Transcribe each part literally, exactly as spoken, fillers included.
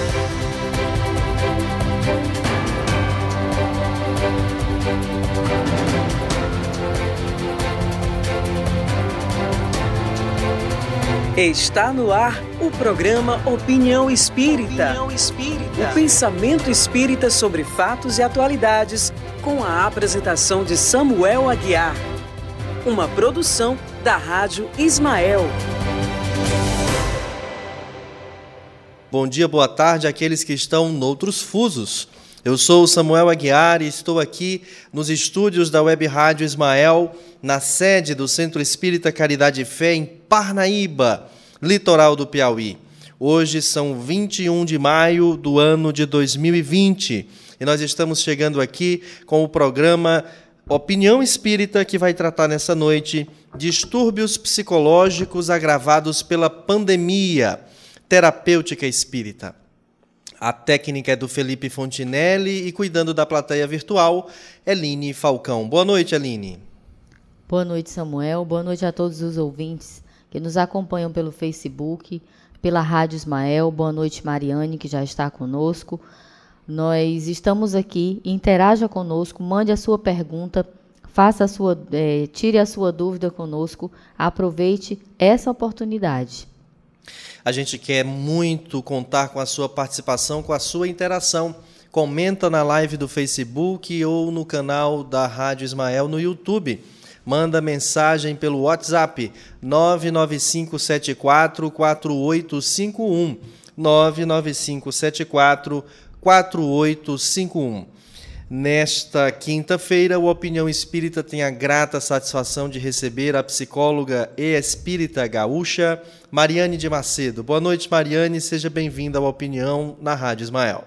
Está no ar o programa Opinião Espírita. Opinião Espírita. O pensamento espírita sobre fatos e atualidades, com a apresentação de Samuel Aguiar. Uma produção da Rádio Ismael. Bom dia, boa tarde àqueles que estão noutros fusos. Eu sou o Samuel Aguiar e estou aqui nos estúdios da Web Rádio Ismael, na sede do Centro Espírita Caridade e Fé, em Parnaíba, litoral do Piauí. Hoje são vinte e um de maio do ano de dois mil e vinte e nós estamos chegando aqui com o programa Opinião Espírita, que vai tratar nessa noite distúrbios psicológicos agravados pela pandemia, terapêutica espírita. A técnica é do Felipe Fontinelli e cuidando da plateia virtual, Eline Falcão. Boa noite, Eline. Boa noite, Samuel. Boa noite a todos os ouvintes que nos acompanham pelo Facebook, pela Rádio Ismael. Boa noite, Mariane, que já está conosco. Nós estamos aqui, interaja conosco, mande a sua pergunta, faça a sua, é, tire a sua dúvida conosco, aproveite essa oportunidade. A gente quer muito contar com a sua participação, com a sua interação. Comenta na live do Facebook ou no canal da Rádio Ismael no YouTube. Manda mensagem pelo WhatsApp nove nove cinco sete quatro quatro oito cinco um, nove nove cinco sete quatro quatro oito cinco um. Nesta quinta-feira, o Opinião Espírita tem a grata satisfação de receber a psicóloga e espírita gaúcha, Mariane de Macedo. Boa noite, Mariane, seja bem-vinda ao Opinião na Rádio Ismael.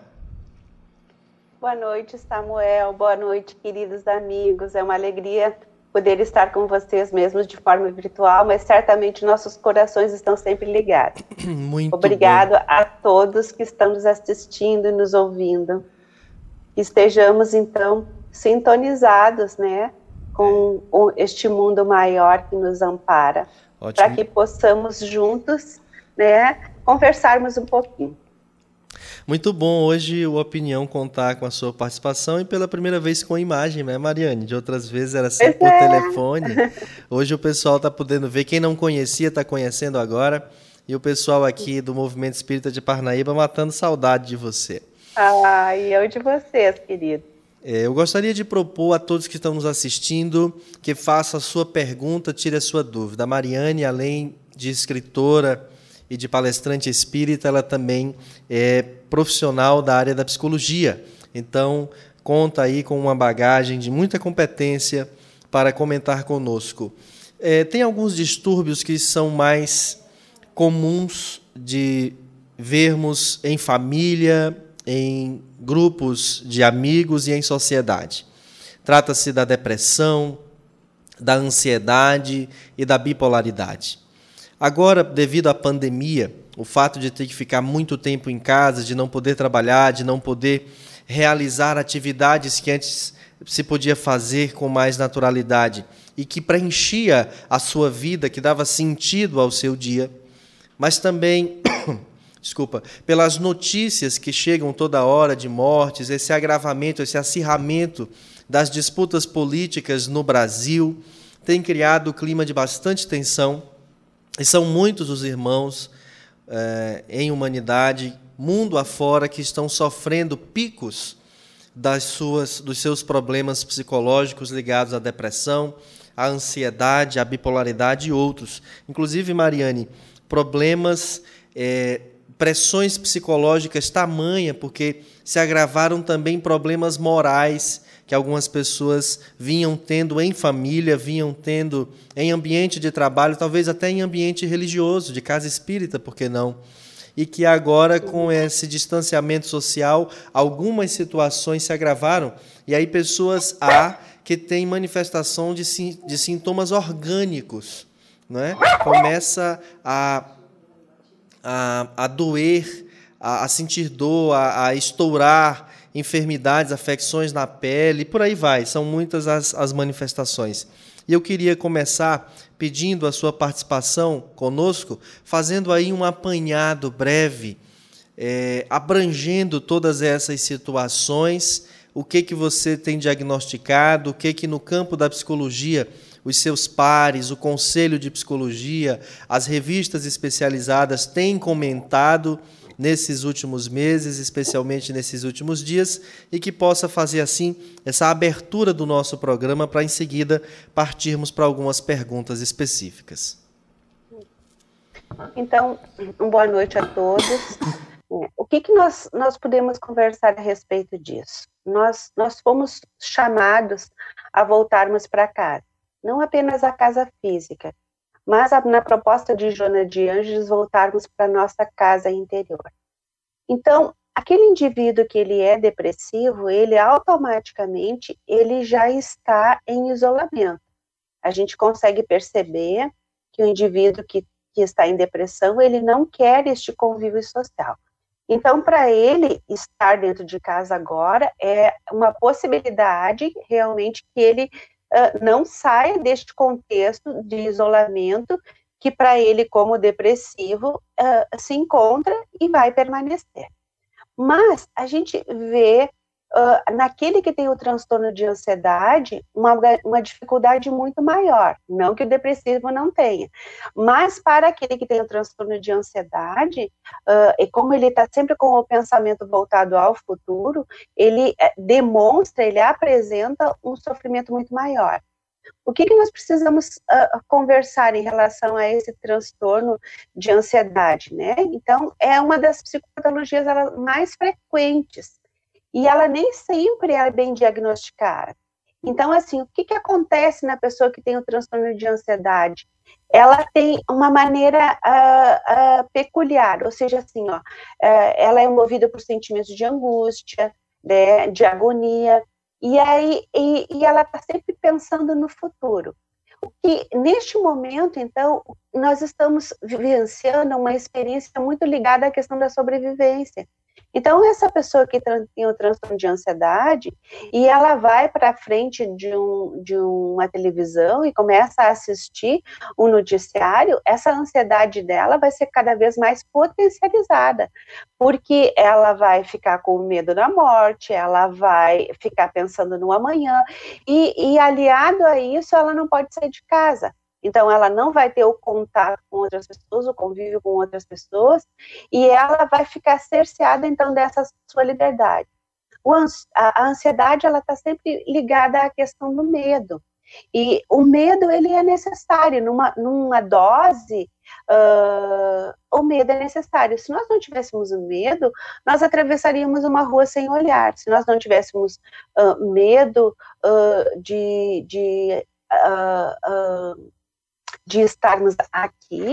Boa noite, Samuel. Boa noite, queridos amigos. É uma alegria poder estar com vocês mesmo de forma virtual, mas certamente nossos corações estão sempre ligados. Muito Obrigado bom. a todos que estão nos assistindo e nos ouvindo. Que estejamos, então, sintonizados, né, com este mundo maior que nos ampara, para que possamos juntos, né, conversarmos um pouquinho. Muito bom hoje o Opinião contar com a sua participação e pela primeira vez com imagem, né, Mariane? De outras vezes era sempre por é. telefone. Hoje o pessoal está podendo ver. Quem não conhecia está conhecendo agora. E o pessoal aqui do Movimento Espírita de Parnaíba matando saudade de você. Ah, e eu de vocês, querido. É, eu gostaria de propor a todos que estão nos assistindo que faça a sua pergunta, tire a sua dúvida. A Mariane, além de escritora e de palestrante espírita, ela também é profissional da área da psicologia. Então, conta aí com uma bagagem de muita competência para comentar conosco. É, tem alguns distúrbios que são mais comuns de vermos em família, em grupos de amigos e em sociedade. Trata-se da depressão, da ansiedade e da bipolaridade. Agora, devido à pandemia, o fato de ter que ficar muito tempo em casa, de não poder trabalhar, de não poder realizar atividades que antes se podia fazer com mais naturalidade e que preenchia a sua vida, que dava sentido ao seu dia, mas também, desculpa, pelas notícias que chegam toda hora de mortes, esse agravamento, esse acirramento das disputas políticas no Brasil, tem criado um clima de bastante tensão. E são muitos os irmãos eh, em humanidade, mundo afora, que estão sofrendo picos das suas, dos seus problemas psicológicos ligados à depressão, à ansiedade, à bipolaridade e outros. Inclusive, Mariane, problemas, eh, pressões psicológicas tamanha, porque se agravaram também problemas morais que algumas pessoas vinham tendo em família, vinham tendo em ambiente de trabalho, talvez até em ambiente religioso, de casa espírita, por que não? E que agora, com esse distanciamento social, algumas situações se agravaram, e aí pessoas há que têm manifestação de, de sintomas orgânicos, não é? Começa a, a, a doer, a, a sentir dor, a, a estourar enfermidades, afecções na pele, por aí vai. São muitas as, as manifestações. E eu queria começar pedindo a sua participação conosco, fazendo aí um apanhado breve é, abrangendo todas essas situações, o que, que você tem diagnosticado, o que, que no campo da psicologia os seus pares, o Conselho de Psicologia, as revistas especializadas têm comentado nesses últimos meses, especialmente nesses últimos dias, e que possa fazer, assim, essa abertura do nosso programa para, em seguida, partirmos para algumas perguntas específicas. Então, uma boa noite a todos. O que, que nós, nós podemos conversar a respeito disso? Nós, nós fomos chamados a voltarmos para casa, não apenas a casa física, mas a, na proposta de Joana de Ângeles, voltarmos para a nossa casa interior. Então, aquele indivíduo que ele é depressivo, ele automaticamente, ele já está em isolamento. A gente consegue perceber que o indivíduo que, que está em depressão, ele não quer este convívio social. Então, para ele estar dentro de casa agora, é uma possibilidade realmente que ele uh, não saia deste contexto de isolamento que para ele, como depressivo, uh, se encontra e vai permanecer. Mas a gente vê uh, naquele que tem o transtorno de ansiedade uma, uma dificuldade muito maior, não que o depressivo não tenha, mas para aquele que tem o transtorno de ansiedade, uh, e como ele está sempre com o pensamento voltado ao futuro, ele uh, demonstra, ele apresenta um sofrimento muito maior. O que, que nós precisamos uh, conversar em relação a esse transtorno de ansiedade, né? Então, é uma das psicopatologias mais frequentes, e ela nem sempre é bem diagnosticada. Então, assim, o que, que acontece na pessoa que tem o transtorno de ansiedade? Ela tem uma maneira uh, uh, peculiar, ou seja, assim, ó, uh, ela é movida por sentimentos de angústia, né, de agonia, e aí e, e ela está sempre pensando no futuro. O que, neste momento, então, nós estamos vivenciando uma experiência muito ligada à questão da sobrevivência. Então, essa pessoa que tem o transtorno de ansiedade, e ela vai para frente de, um, de uma televisão e começa a assistir um noticiário, essa ansiedade dela vai ser cada vez mais potencializada, porque ela vai ficar com medo da morte, ela vai ficar pensando no amanhã, e, e aliado a isso, ela não pode sair de casa. Então, ela não vai ter o contato com outras pessoas, o convívio com outras pessoas, e ela vai ficar cerceada, então, dessa sua liberdade. O, a, a ansiedade, ela está sempre ligada à questão do medo. E o medo, ele é necessário, numa, numa dose, uh, o medo é necessário. Se nós não tivéssemos o medo, nós atravessaríamos uma rua sem olhar. Se nós não tivéssemos uh, medo uh, de... de uh, uh, de estarmos aqui,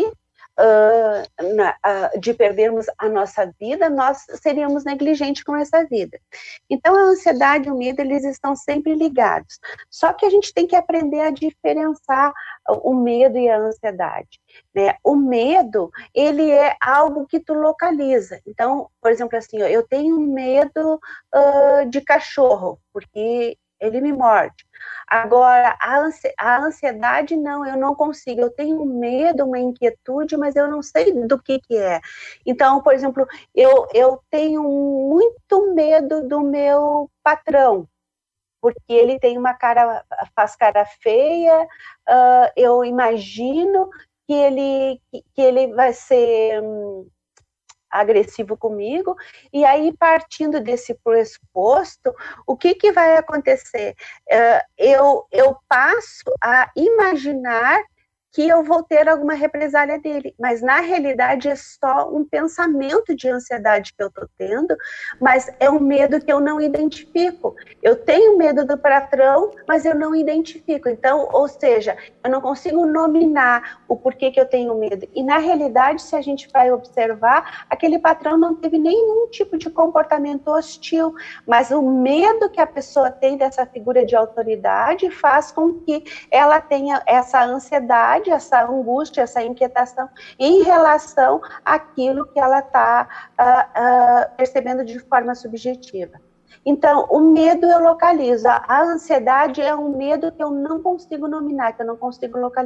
uh, na, uh, de perdermos a nossa vida, nós seríamos negligentes com essa vida. Então, a ansiedade e o medo, eles estão sempre ligados. Só que a gente tem que aprender a diferenciar o medo e a ansiedade, né? O medo, ele é algo que tu localiza. Então, por exemplo, assim, ó, eu tenho medo uh, de cachorro, porque ele me morde. Agora, a ansiedade, não, eu não consigo, eu tenho medo, uma inquietude, mas eu não sei do que que é. Então, por exemplo, eu, eu tenho muito medo do meu patrão, porque ele tem uma cara, faz cara feia, uh, eu imagino que ele, que, que ele vai ser... Hum, agressivo comigo, e aí partindo desse pressuposto, o que que vai acontecer? Uh, eu, eu passo a imaginar que eu vou ter alguma represália dele, mas na realidade é só um pensamento de ansiedade que eu estou tendo, mas é um medo que eu não identifico. Eu tenho medo do patrão, mas eu não identifico. Então, ou seja, eu não consigo nominar o porquê que eu tenho medo. E na realidade, se a gente vai observar, aquele patrão não teve nenhum tipo de comportamento hostil, mas o medo que a pessoa tem dessa figura de autoridade faz com que ela tenha essa ansiedade, essa angústia, essa inquietação em relação àquilo que ela está uh, uh, percebendo de forma subjetiva. Então, o medo eu localizo, a ansiedade é um medo que eu não consigo nominar, que eu não consigo localizar.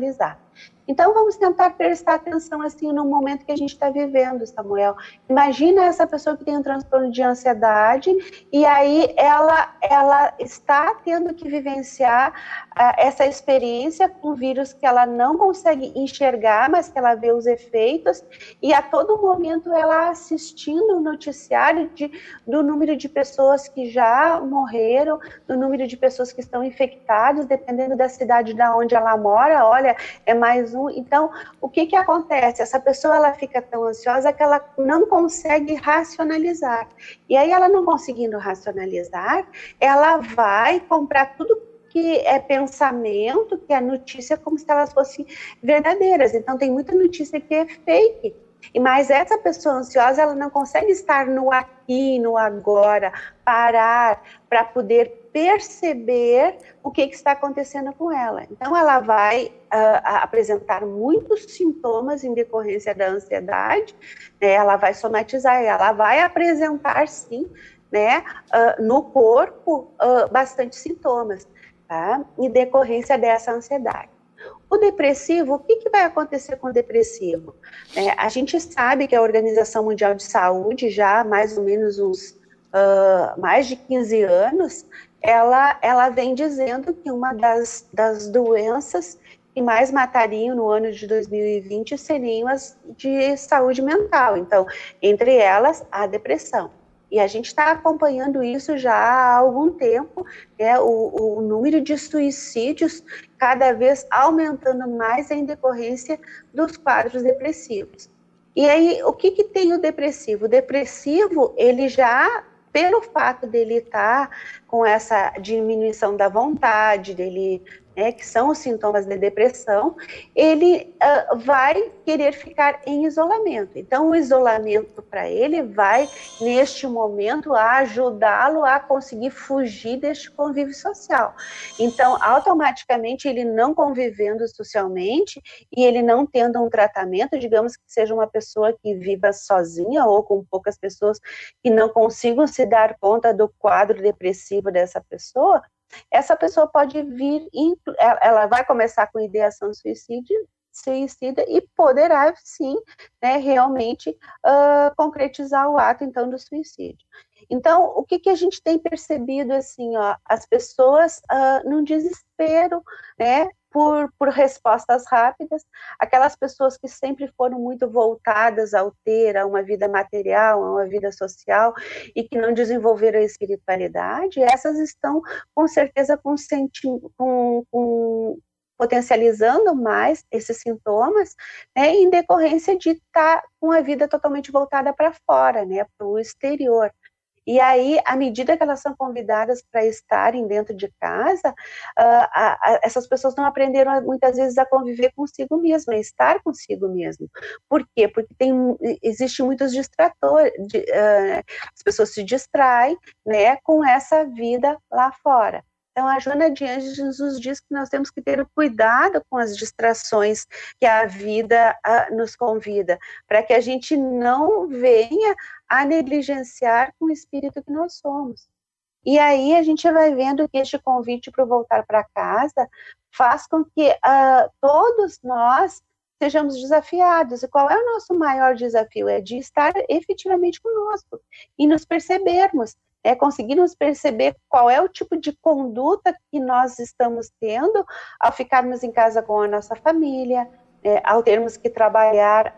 Então, vamos tentar prestar atenção, assim, no momento que a gente está vivendo, Samuel. Imagina essa pessoa que tem um transtorno de ansiedade e aí ela, ela está tendo que vivenciar uh, essa experiência com um vírus que ela não consegue enxergar, mas que ela vê os efeitos, e a todo momento ela assistindo o noticiário de, do número de pessoas que já morreram, do número de pessoas que estão infectadas, dependendo da cidade da onde ela mora, olha, é mais um. Então, o que que acontece? Essa pessoa, ela fica tão ansiosa que ela não consegue racionalizar. E aí, ela não conseguindo racionalizar, ela vai comprar tudo que é pensamento, que é notícia, como se elas fossem verdadeiras. Então, tem muita notícia que é fake. Mas essa pessoa ansiosa, ela não consegue estar no aqui, no agora, parar para poder perceber o que, que está acontecendo com ela. Então, ela vai uh, apresentar muitos sintomas em decorrência da ansiedade, né? Ela vai somatizar, ela vai apresentar, sim, né, uh, no corpo, uh, bastante sintomas, tá? Em decorrência dessa ansiedade. O depressivo, o que, que vai acontecer com o depressivo? É, a gente sabe que a Organização Mundial de Saúde, já há mais ou menos uns uh, mais de quinze anos, ela, ela vem dizendo que uma das, das doenças que mais matariam no ano de dois mil e vinte seriam as de saúde mental. Então, entre elas, a depressão. E a gente está acompanhando isso já há algum tempo, né, o, o número de suicídios cada vez aumentando mais em decorrência dos quadros depressivos. E aí, o que, que tem o depressivo? O depressivo, ele já, pelo fato dele estar com essa diminuição da vontade, dele, né, que são os sintomas da depressão, ele uh, vai querer ficar em isolamento. Então, o isolamento para ele vai, neste momento, ajudá-lo a conseguir fugir deste convívio social. Então, automaticamente, ele não convivendo socialmente e ele não tendo um tratamento, digamos que seja uma pessoa que viva sozinha ou com poucas pessoas que não consigam se dar conta do quadro depressivo dessa pessoa, essa pessoa pode vir, ela vai começar com ideação suicida, suicida e poderá, sim, né, realmente uh, concretizar o ato, então, do suicídio. Então, o que, que a gente tem percebido, assim, ó, as pessoas uh, num desespero, né, por, por respostas rápidas, aquelas pessoas que sempre foram muito voltadas ao ter, a uma vida material, a uma vida social, e que não desenvolveram a espiritualidade, essas estão, com certeza, com, com, com potencializando mais esses sintomas, né, em decorrência de estar com a vida totalmente voltada para fora, né, para o exterior. E aí, à medida que elas são convidadas para estarem dentro de casa, uh, a, a, essas pessoas não aprenderam muitas vezes a conviver consigo mesma, a estar consigo mesmo. Por quê? Porque tem, existe muitos distratores, de, uh, as pessoas se distraem, né, com essa vida lá fora. Então, a Joana de Ângeles nos diz que nós temos que ter cuidado com as distrações que a vida uh, nos convida, para que a gente não venha a negligenciar com o espírito que nós somos. E aí a gente vai vendo que este convite para voltar para casa faz com que uh, todos nós sejamos desafiados. E qual é o nosso maior desafio? É de estar efetivamente conosco e nos percebermos. É conseguirmos perceber qual é o tipo de conduta que nós estamos tendo ao ficarmos em casa com a nossa família, é, ao termos que trabalhar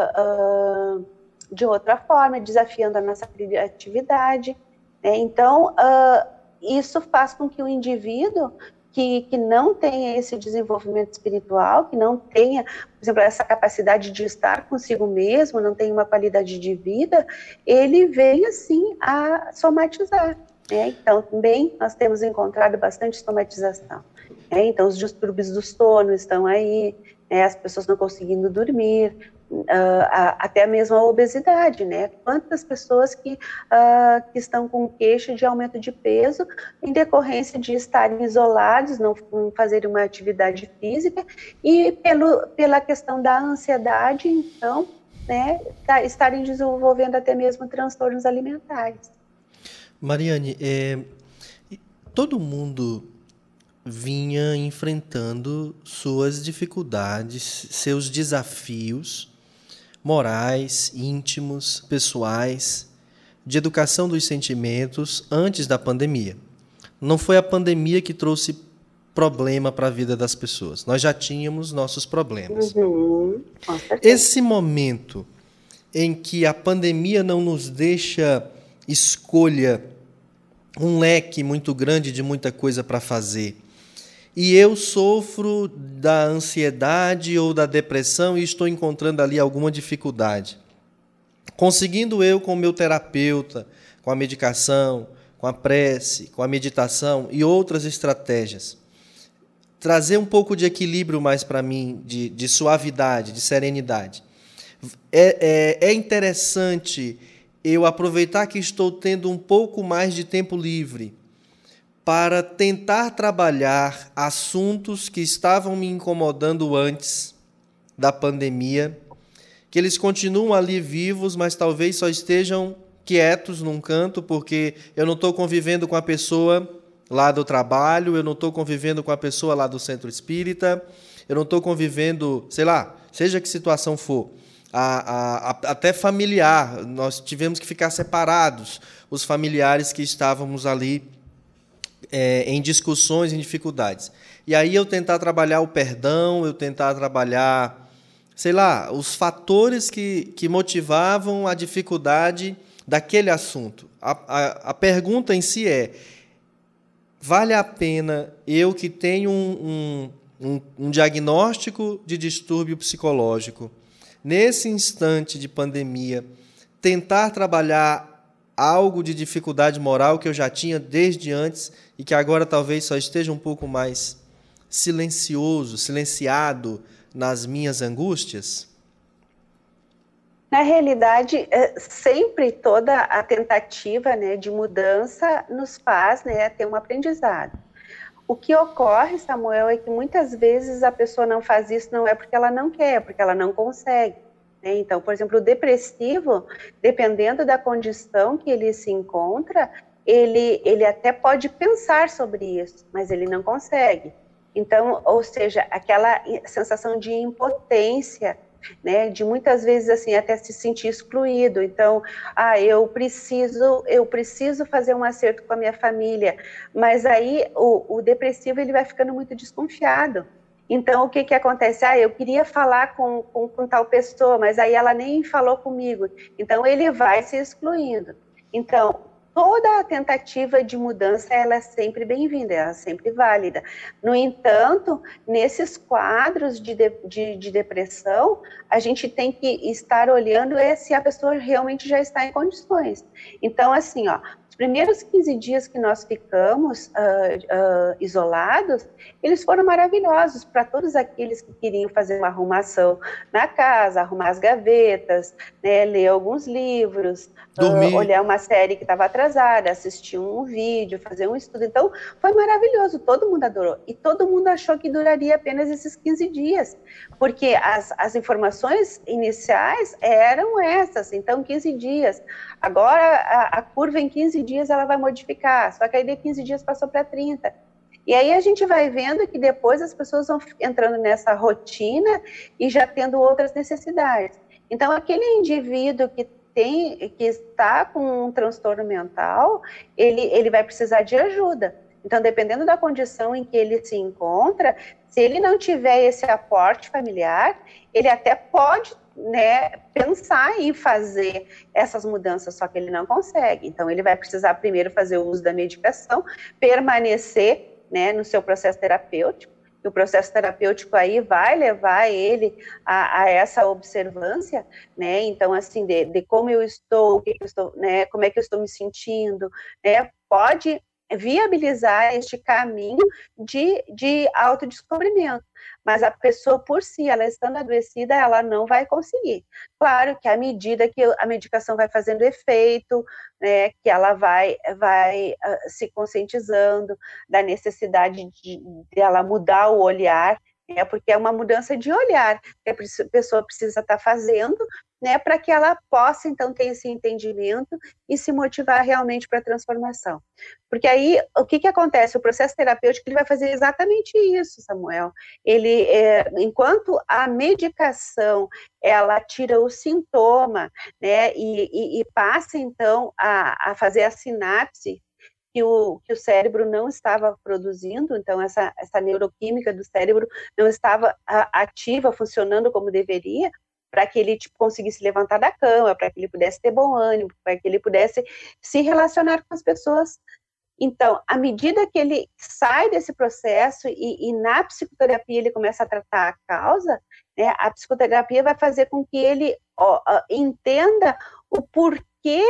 uh, uh, de outra forma, desafiando a nossa criatividade. Né? Então, uh, isso faz com que o indivíduo que, que não tenha esse desenvolvimento espiritual, que não tenha, por exemplo, essa capacidade de estar consigo mesmo, não tenha uma qualidade de vida, ele venha, sim, a somatizar. Né? Então, também nós temos encontrado bastante somatização. Né? Então, os distúrbios do sono estão aí, né? As pessoas não conseguindo dormir, uh, a, até mesmo a obesidade, né? Quantas pessoas que, uh, que estão com queixa de aumento de peso em decorrência de estarem isolados, não fazerem uma atividade física, e pelo, pela questão da ansiedade, então, né, tá, estarem desenvolvendo até mesmo transtornos alimentares. Mariane, é, todo mundo vinha enfrentando suas dificuldades, seus desafios morais, íntimos, pessoais, de educação dos sentimentos antes da pandemia. Não foi a pandemia que trouxe problema para a vida das pessoas. Nós já tínhamos nossos problemas. Uhum. Esse momento em que a pandemia não nos deixa escolha, um leque muito grande de muita coisa para fazer, e eu sofro da ansiedade ou da depressão e estou encontrando ali alguma dificuldade. Conseguindo eu, com o meu terapeuta, com a medicação, com a prece, com a meditação e outras estratégias, trazer um pouco de equilíbrio mais para mim, de, de suavidade, de serenidade. É, é, é interessante eu aproveitar que estou tendo um pouco mais de tempo livre para tentar trabalhar assuntos que estavam me incomodando antes da pandemia, que eles continuam ali vivos, mas talvez só estejam quietos num canto, porque eu não estou convivendo com a pessoa lá do trabalho, eu não estou convivendo com a pessoa lá do centro espírita, eu não estou convivendo, sei lá, seja que situação for, a, a, a, até familiar, nós tivemos que ficar separados, os familiares que estávamos ali É, em discussões, em dificuldades. E aí eu tentar trabalhar o perdão, eu tentar trabalhar, sei lá, os fatores que, que motivavam a dificuldade daquele assunto. A, a, a pergunta em si é, vale a pena eu que tenho um, um, um, um diagnóstico de distúrbio psicológico, nesse instante de pandemia, tentar trabalhar algo de dificuldade moral que eu já tinha desde antes e que agora talvez só esteja um pouco mais silencioso, silenciado nas minhas angústias? Na realidade, sempre toda a tentativa, né, de mudança nos faz, né, ter um aprendizado. O que ocorre, Samuel, é que muitas vezes a pessoa não faz isso não é porque ela não quer, é porque ela não consegue. Então, por exemplo, o depressivo, dependendo da condição que ele se encontra, ele, ele até pode pensar sobre isso, mas ele não consegue. Então, ou seja, aquela sensação de impotência, né, de muitas vezes assim até se sentir excluído. Então, ah, eu preciso, eu preciso fazer um acerto com a minha família, mas aí o, o depressivo ele vai ficando muito desconfiado. Então, o que que acontece? Ah, eu queria falar com, com, com tal pessoa, mas aí ela nem falou comigo. Então, ele vai se excluindo. Então, toda a tentativa de mudança, ela é sempre bem-vinda, ela é sempre válida. No entanto, nesses quadros de, de, de, de depressão, a gente tem que estar olhando se a pessoa realmente já está em condições. Então, assim, ó, os primeiros quinze dias que nós ficamos uh, uh, isolados, eles foram maravilhosos para todos aqueles que queriam fazer uma arrumação na casa, arrumar as gavetas, né, ler alguns livros, uh, olhar uma série que estava atrasada, assistir um vídeo, fazer um estudo. Então, foi maravilhoso, todo mundo adorou. E todo mundo achou que duraria apenas esses quinze dias, porque as, as informações iniciais eram essas, então quinze dias. Agora, a, a curva em quinze dias ela vai modificar, só que aí de quinze dias passou para trinta. E aí a gente vai vendo que depois as pessoas vão entrando nessa rotina e já tendo outras necessidades. Então, aquele indivíduo que tem, que está com um transtorno mental, ele, ele vai precisar de ajuda. Então, dependendo da condição em que ele se encontra, se ele não tiver esse aporte familiar, ele até pode, né, pensar em fazer essas mudanças, só que ele não consegue. Então, ele vai precisar primeiro fazer o uso da medicação, permanecer, né, no seu processo terapêutico, e o processo terapêutico aí vai levar ele a, a essa observância, né, então, assim, de, de como eu estou, o que eu estou, né, como é que eu estou me sentindo, né, pode viabilizar este caminho de, de autodescobrimento. Mas a pessoa, por si, ela estando adoecida, ela não vai conseguir. Claro que à medida que a medicação vai fazendo efeito, né, que ela vai, vai uh, se conscientizando da necessidade de, de ela mudar o olhar, É porque é uma mudança de olhar que a pessoa precisa estar fazendo, né, para que ela possa, então, ter esse entendimento e se motivar realmente para a transformação. Porque aí, o que que acontece? O processo terapêutico, ele vai fazer exatamente isso, Samuel. Ele, é, enquanto a medicação, ela tira o sintoma, né, e, e, e passa, então, a, a fazer a sinapse, que o, que o cérebro não estava produzindo, então essa, essa neuroquímica do cérebro não estava a, ativa, funcionando como deveria, para que ele tipo, conseguisse levantar da cama, para que ele pudesse ter bom ânimo, para que ele pudesse se relacionar com as pessoas. Então, à medida que ele sai desse processo e, e na psicoterapia ele começa a tratar a causa, né, a psicoterapia vai fazer com que ele ó, ó, entenda o porquê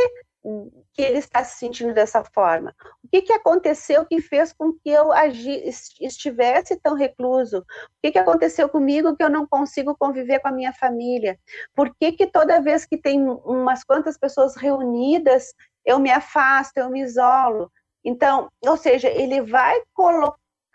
que ele está se sentindo dessa forma. O que que aconteceu que fez com que eu agi, estivesse tão recluso? O que que aconteceu comigo que eu não consigo conviver com a minha família? Por que que toda vez que tem umas quantas pessoas reunidas, eu me afasto, eu me isolo? Então, ou seja, ele vai colocar,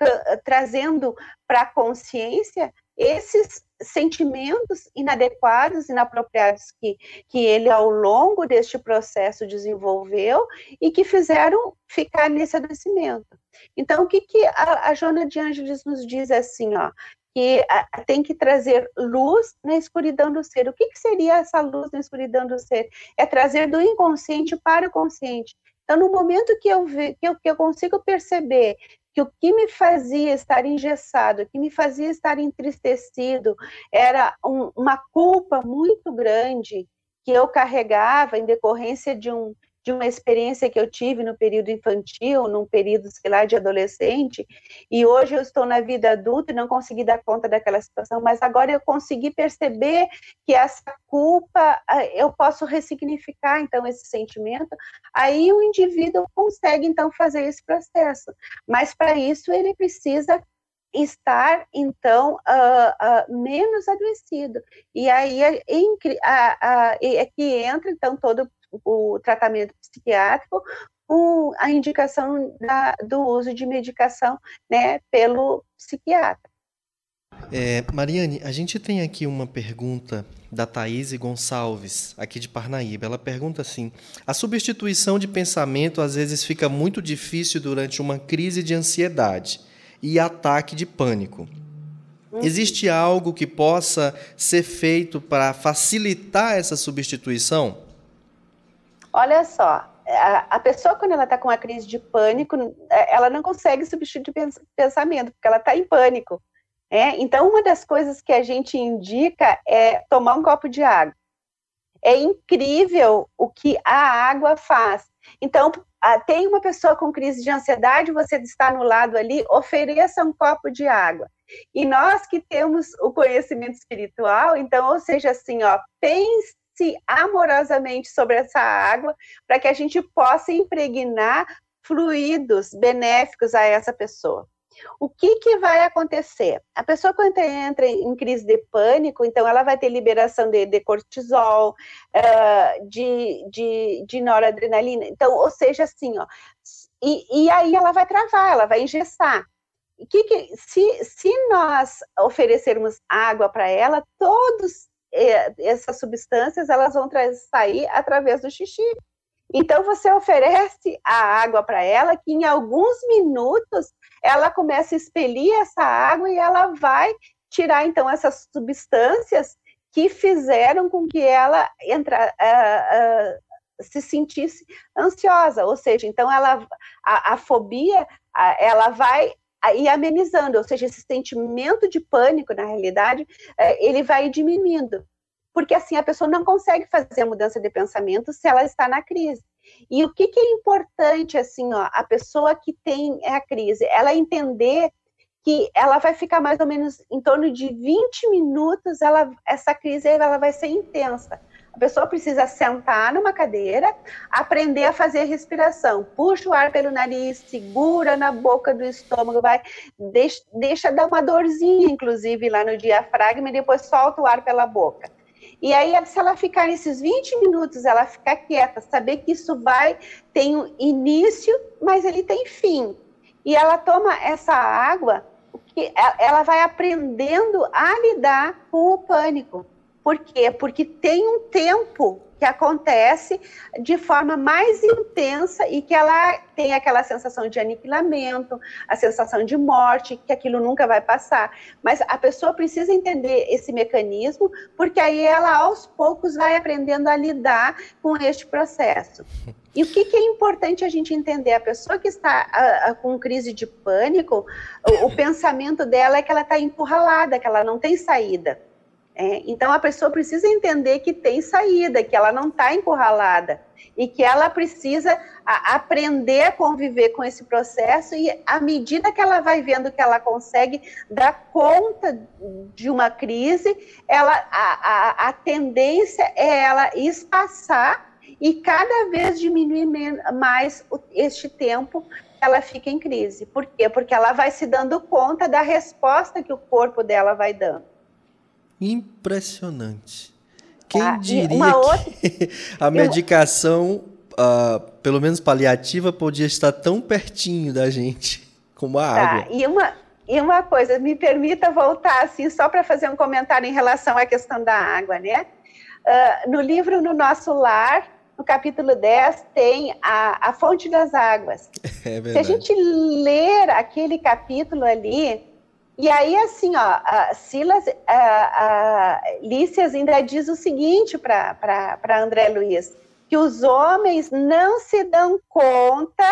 trazendo para a consciência esses sentimentos inadequados, inapropriados que, que ele ao longo deste processo desenvolveu e que fizeram ficar nesse adoecimento. Então, o que, que a, a Joana de Ângeles nos diz assim, ó, que a, tem que trazer luz na escuridão do ser. O que, que seria essa luz na escuridão do ser? É trazer do inconsciente para o consciente. Então, no momento que eu, ve, que eu, que eu consigo perceber que o que me fazia estar engessado, o que me fazia estar entristecido, era um, uma culpa muito grande que eu carregava em decorrência de, um, de uma experiência que eu tive no período infantil, num período, sei lá, de adolescente, e hoje eu estou na vida adulta e não consegui dar conta daquela situação, mas agora eu consegui perceber que essa culpa, eu posso ressignificar, então, esse sentimento, aí o indivíduo consegue, então, fazer esse processo, mas para isso ele precisa estar, então, uh, uh, menos adoecido, e aí é, é, é que entra, então, todo o tratamento psiquiátrico, com a indicação da, do uso de medicação, né, pelo psiquiatra. É, Mariane, a gente tem aqui uma pergunta da Thaís Gonçalves, aqui de Parnaíba. Ela pergunta assim: a substituição de pensamento às vezes fica muito difícil durante uma crise de ansiedade e ataque de pânico. Uhum. Existe algo que possa ser feito para facilitar essa substituição? Olha só, a, a pessoa, quando ela está com uma crise de pânico, ela não consegue substituir pensamento, porque ela está em pânico. É, então, uma das coisas que a gente indica é tomar um copo de água. É incrível o que a água faz. Então, tem uma pessoa com crise de ansiedade, você está no lado ali, ofereça um copo de água. E nós que temos o conhecimento espiritual, então, ou seja, assim, ó, pense amorosamente sobre essa água, para que a gente possa impregnar fluidos benéficos a essa pessoa. O que que vai acontecer? A pessoa, quando entra em crise de pânico, então ela vai ter liberação de, de cortisol, uh, de, de, de noradrenalina, então, ou seja, assim, ó, e, e aí ela vai travar, ela vai engessar. Que que, se, se nós oferecermos água para ela, todos essas substâncias, elas vão sair através do xixi. Então, você oferece a água para ela, que em alguns minutos, ela começa a expelir essa água e ela vai tirar, então, essas substâncias que fizeram com que ela entra, uh, uh, se sentisse ansiosa. Ou seja, então, ela, a, a fobia, a, ela vai ir amenizando, ou seja, esse sentimento de pânico, na realidade, ele vai diminuindo, porque assim, a pessoa não consegue fazer a mudança de pensamento se ela está na crise. E o que que é importante, assim, ó, a pessoa que tem a crise, ela entender que ela vai ficar mais ou menos em torno de vinte minutos, ela, essa crise ela vai ser intensa. A pessoa precisa sentar numa cadeira, aprender a fazer respiração. Puxa o ar pelo nariz, segura na boca do estômago, vai, deixa, deixa dar uma dorzinha, inclusive, lá no diafragma, e depois solta o ar pela boca. E aí, se ela ficar nesses vinte minutos, ela ficar quieta, saber que isso vai, tem um início, mas ele tem fim. E ela toma essa água, que ela vai aprendendo a lidar com o pânico. Por quê? Porque tem um tempo que acontece de forma mais intensa e que ela tem aquela sensação de aniquilamento, a sensação de morte, que aquilo nunca vai passar. Mas a pessoa precisa entender esse mecanismo, porque aí ela, aos poucos, vai aprendendo a lidar com este processo. E o que, que é importante a gente entender? A pessoa que está a, a, com crise de pânico, o, o pensamento dela é que ela está encurralada, que ela não tem saída. É, então, a pessoa precisa entender que tem saída, que ela não está encurralada e que ela precisa a, aprender a conviver com esse processo e, à medida que ela vai vendo que ela consegue dar conta de uma crise, ela, a, a, a tendência é ela espaçar e cada vez diminuir mais este tempo que ela fica em crise. Por quê? Porque ela vai se dando conta da resposta que o corpo dela vai dando. Impressionante. Quem ah, diria outra... que a medicação, uh, pelo menos paliativa, podia estar tão pertinho da gente como a tá, água. E uma, e uma coisa, me permita voltar assim, só para fazer um comentário em relação à questão da água, né? Uh, no livro No Nosso Lar, no capítulo dez, tem a, a fonte das águas. É verdade. Se a gente ler aquele capítulo ali... E aí, assim, ó, a Silas, a, a Lícias ainda diz o seguinte para André Luiz, que os homens não se dão conta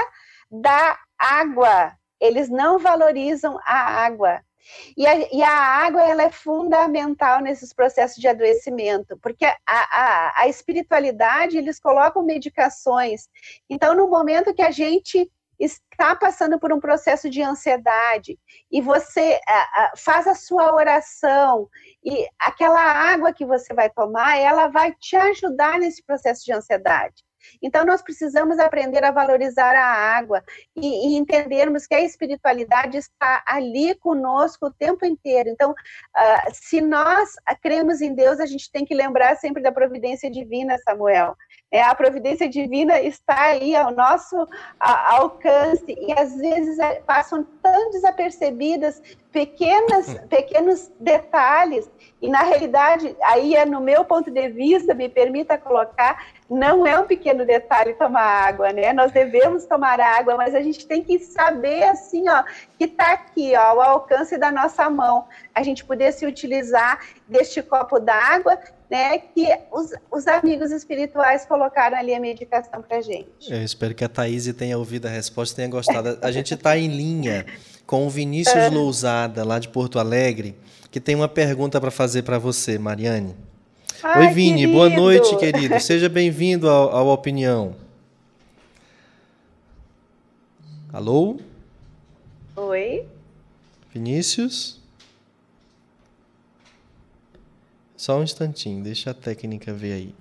da água, eles não valorizam a água. E a, e a água, ela é fundamental nesses processos de adoecimento, porque a, a, a espiritualidade, eles colocam medicações. Então, no momento que a gente está passando por um processo de ansiedade e você uh, uh, faz a sua oração e aquela água que você vai tomar, ela vai te ajudar nesse processo de ansiedade. Então, nós precisamos aprender a valorizar a água e, e entendermos que a espiritualidade está ali conosco o tempo inteiro. Então, uh, se nós cremos em Deus, a gente tem que lembrar sempre da providência divina, Samuel. É, a providência divina está aí ao nosso a, alcance e, às vezes, é, passam tão desapercebidas pequenas, pequenos detalhes e, na realidade, aí é no meu ponto de vista, me permita colocar, não é um pequeno detalhe tomar água, né? Nós devemos tomar água, mas a gente tem que saber, assim, ó, que está aqui, ó, ao alcance da nossa mão. A gente poder se utilizar deste copo d'água, né, que os, os amigos espirituais colocaram ali a medicação para a gente. Eu espero que a Thaís tenha ouvido a resposta e tenha gostado. A gente está em linha com o Vinícius Lousada, lá de Porto Alegre, que tem uma pergunta para fazer para você, Mariane. Ai, Oi, Vini, querido. Boa noite, querido. Seja bem-vindo ao, ao Opinião. Alô? Oi? Vinícius? Só um instantinho, deixa a técnica ver aí.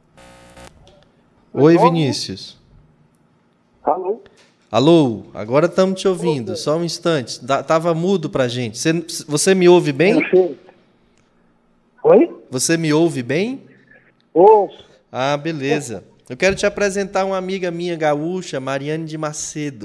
Oi, Vinícius. Alô? Alô, agora estamos te ouvindo. Só um instante. Tava mudo pra gente. Você, você me ouve bem? Perfeito. Oi? Você me ouve bem? Ouço. Ah, beleza. Eu quero te apresentar uma amiga minha gaúcha, Mariane de Macedo.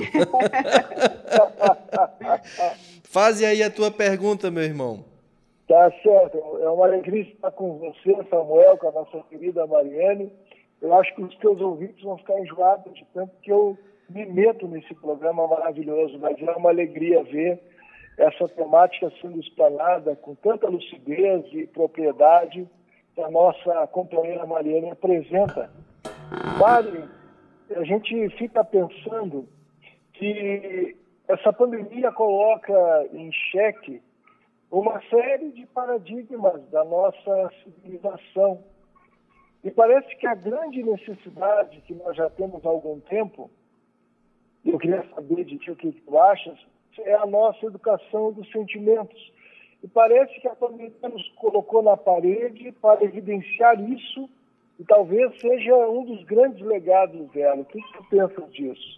Faze aí a tua pergunta, meu irmão. Tá certo. É uma alegria estar com você, Samuel, com a nossa querida Mariane. Eu acho que os teus ouvintes vão ficar enjoados de tanto que eu me meto nesse programa maravilhoso, mas é uma alegria ver essa temática sendo explanada com tanta lucidez e propriedade que a nossa companheira Mariane apresenta. Padre, a gente fica pensando que essa pandemia coloca em xeque uma série de paradigmas da nossa civilização. E parece que a grande necessidade que nós já temos há algum tempo, eu queria saber de ti o que tu achas, é a nossa educação dos sentimentos. E parece que a pandemia nos colocou na parede para evidenciar isso e talvez seja um dos grandes legados dela. O que tu pensas disso?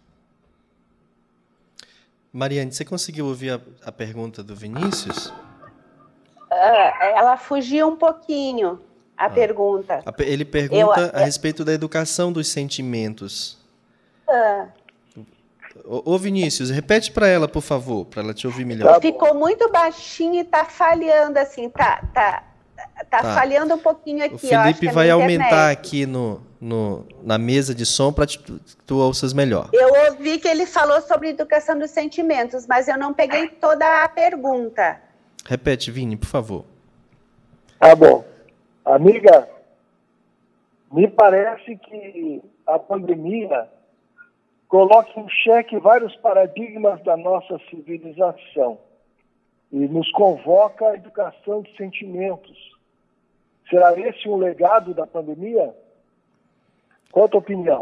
Mariane, você conseguiu ouvir a, a pergunta do Vinícius? Uh, ela fugiu um pouquinho, a ah. pergunta. Ele pergunta eu, a respeito da educação dos sentimentos. Uh, Ô, ô Vinícius, repete para ela, por favor, para ela te ouvir melhor. Tá. Ficou muito baixinho e tá falhando, assim, tá, tá, tá, tá. falhando um pouquinho aqui. O Felipe ó, vai aumentar aqui no, no, na mesa de som para tu, tu ouças melhor. Eu ouvi que ele falou sobre educação dos sentimentos, mas eu não peguei toda a pergunta. Repete, Vini, por favor. Tá bom. Amiga, me parece que a pandemia coloca em xeque vários paradigmas da nossa civilização e nos convoca à educação de sentimentos. Será esse um legado da pandemia? Qual a tua opinião?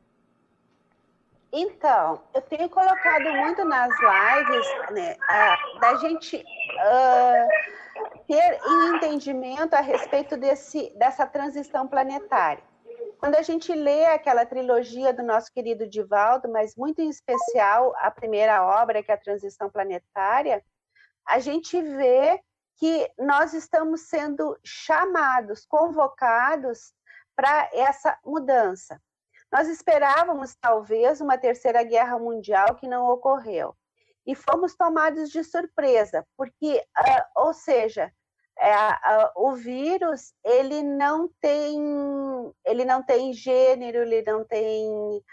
Então, eu tenho colocado muito nas lives, né, uh, da gente uh, ter um entendimento a respeito desse, dessa transição planetária. Quando a gente lê aquela trilogia do nosso querido Divaldo, mas muito em especial a primeira obra, que é a Transição Planetária, a gente vê que nós estamos sendo chamados, convocados para essa mudança. Nós esperávamos, talvez, uma terceira guerra mundial que não ocorreu. E fomos tomados de surpresa, porque, uh, ou seja, É, a, o vírus, ele não tem, ele não tem gênero, ele não tem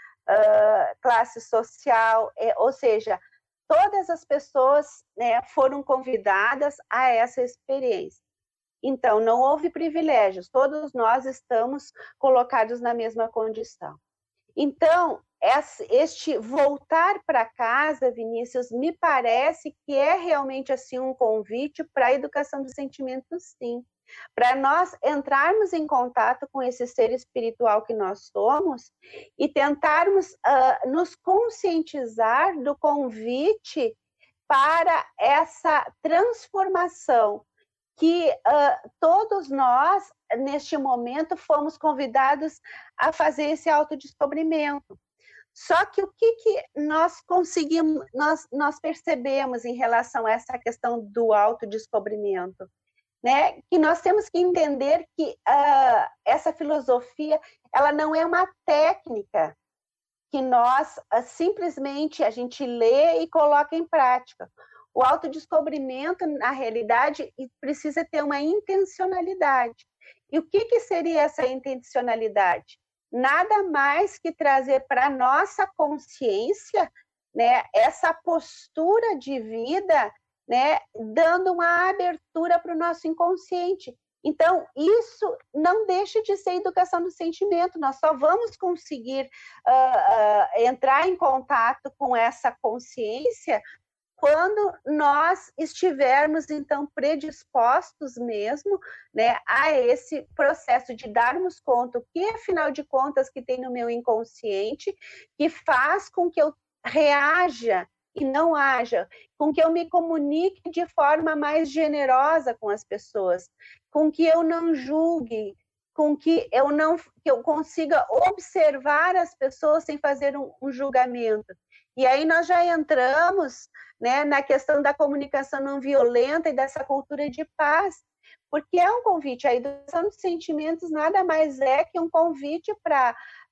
uh, classe social, é, ou seja, todas as pessoas, né, foram convidadas a essa experiência. Então, não houve privilégios, todos nós estamos colocados na mesma condição. Então, este voltar para casa, Vinícius, me parece que é realmente assim um convite para a educação dos sentimentos, sim. Para nós entrarmos em contato com esse ser espiritual que nós somos e tentarmos uh, nos conscientizar do convite para essa transformação que uh, todos nós, neste momento, fomos convidados a fazer esse autodescobrimento. Só que o que, que nós conseguimos, nós, nós percebemos em relação a essa questão do autodescobrimento, né? Que nós temos que entender que uh, essa filosofia, ela não é uma técnica que nós uh, simplesmente a gente lê e coloca em prática. O autodescobrimento, na realidade, precisa ter uma intencionalidade. E o que, que seria essa intencionalidade? Nada mais que trazer para a nossa consciência, né, essa postura de vida, né, dando uma abertura para o nosso inconsciente. Então, isso não deixa de ser educação do sentimento. Nós só vamos conseguir uh, uh, entrar em contato com essa consciência quando nós estivermos, então, predispostos mesmo, né, a esse processo de darmos conta, o que, afinal de contas, que tem no meu inconsciente, que faz com que eu reaja e não haja, com que eu me comunique de forma mais generosa com as pessoas, com que eu não julgue, com que eu, não, que eu consiga observar as pessoas sem fazer um, um julgamento. E aí nós já entramos, né, na questão da comunicação não violenta e dessa cultura de paz, porque é um convite, a educação dos sentimentos nada mais é que um convite para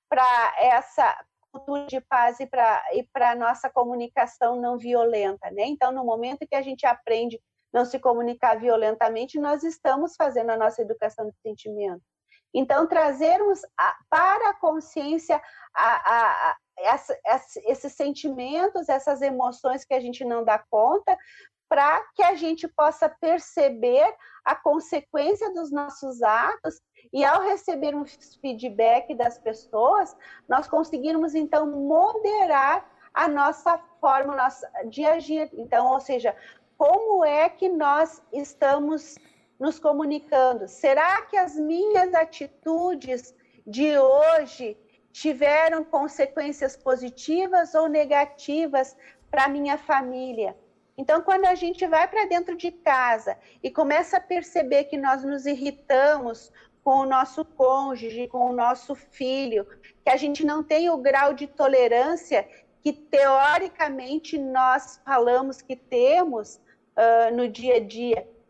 essa cultura de paz e para e para a nossa comunicação não violenta, né? Então, no momento que a gente aprende a não se comunicar violentamente, nós estamos fazendo a nossa educação dos sentimentos. Então, trazermos a, para a consciência a, a, a, essa, essa, esses sentimentos, essas emoções que a gente não dá conta, para que a gente possa perceber a consequência dos nossos atos e, ao receber um feedback das pessoas, nós conseguirmos, então, moderar a nossa forma nossa, de agir. Então, ou seja, como é que nós estamos nos comunicando? Será que as minhas atitudes de hoje tiveram consequências positivas ou negativas para a minha família? Então, quando a gente vai para dentro de casa e começa a perceber que nós nos irritamos com o nosso cônjuge, com o nosso filho, que a gente não tem o grau de tolerância que, teoricamente, nós falamos que temos uh, no dia a dia.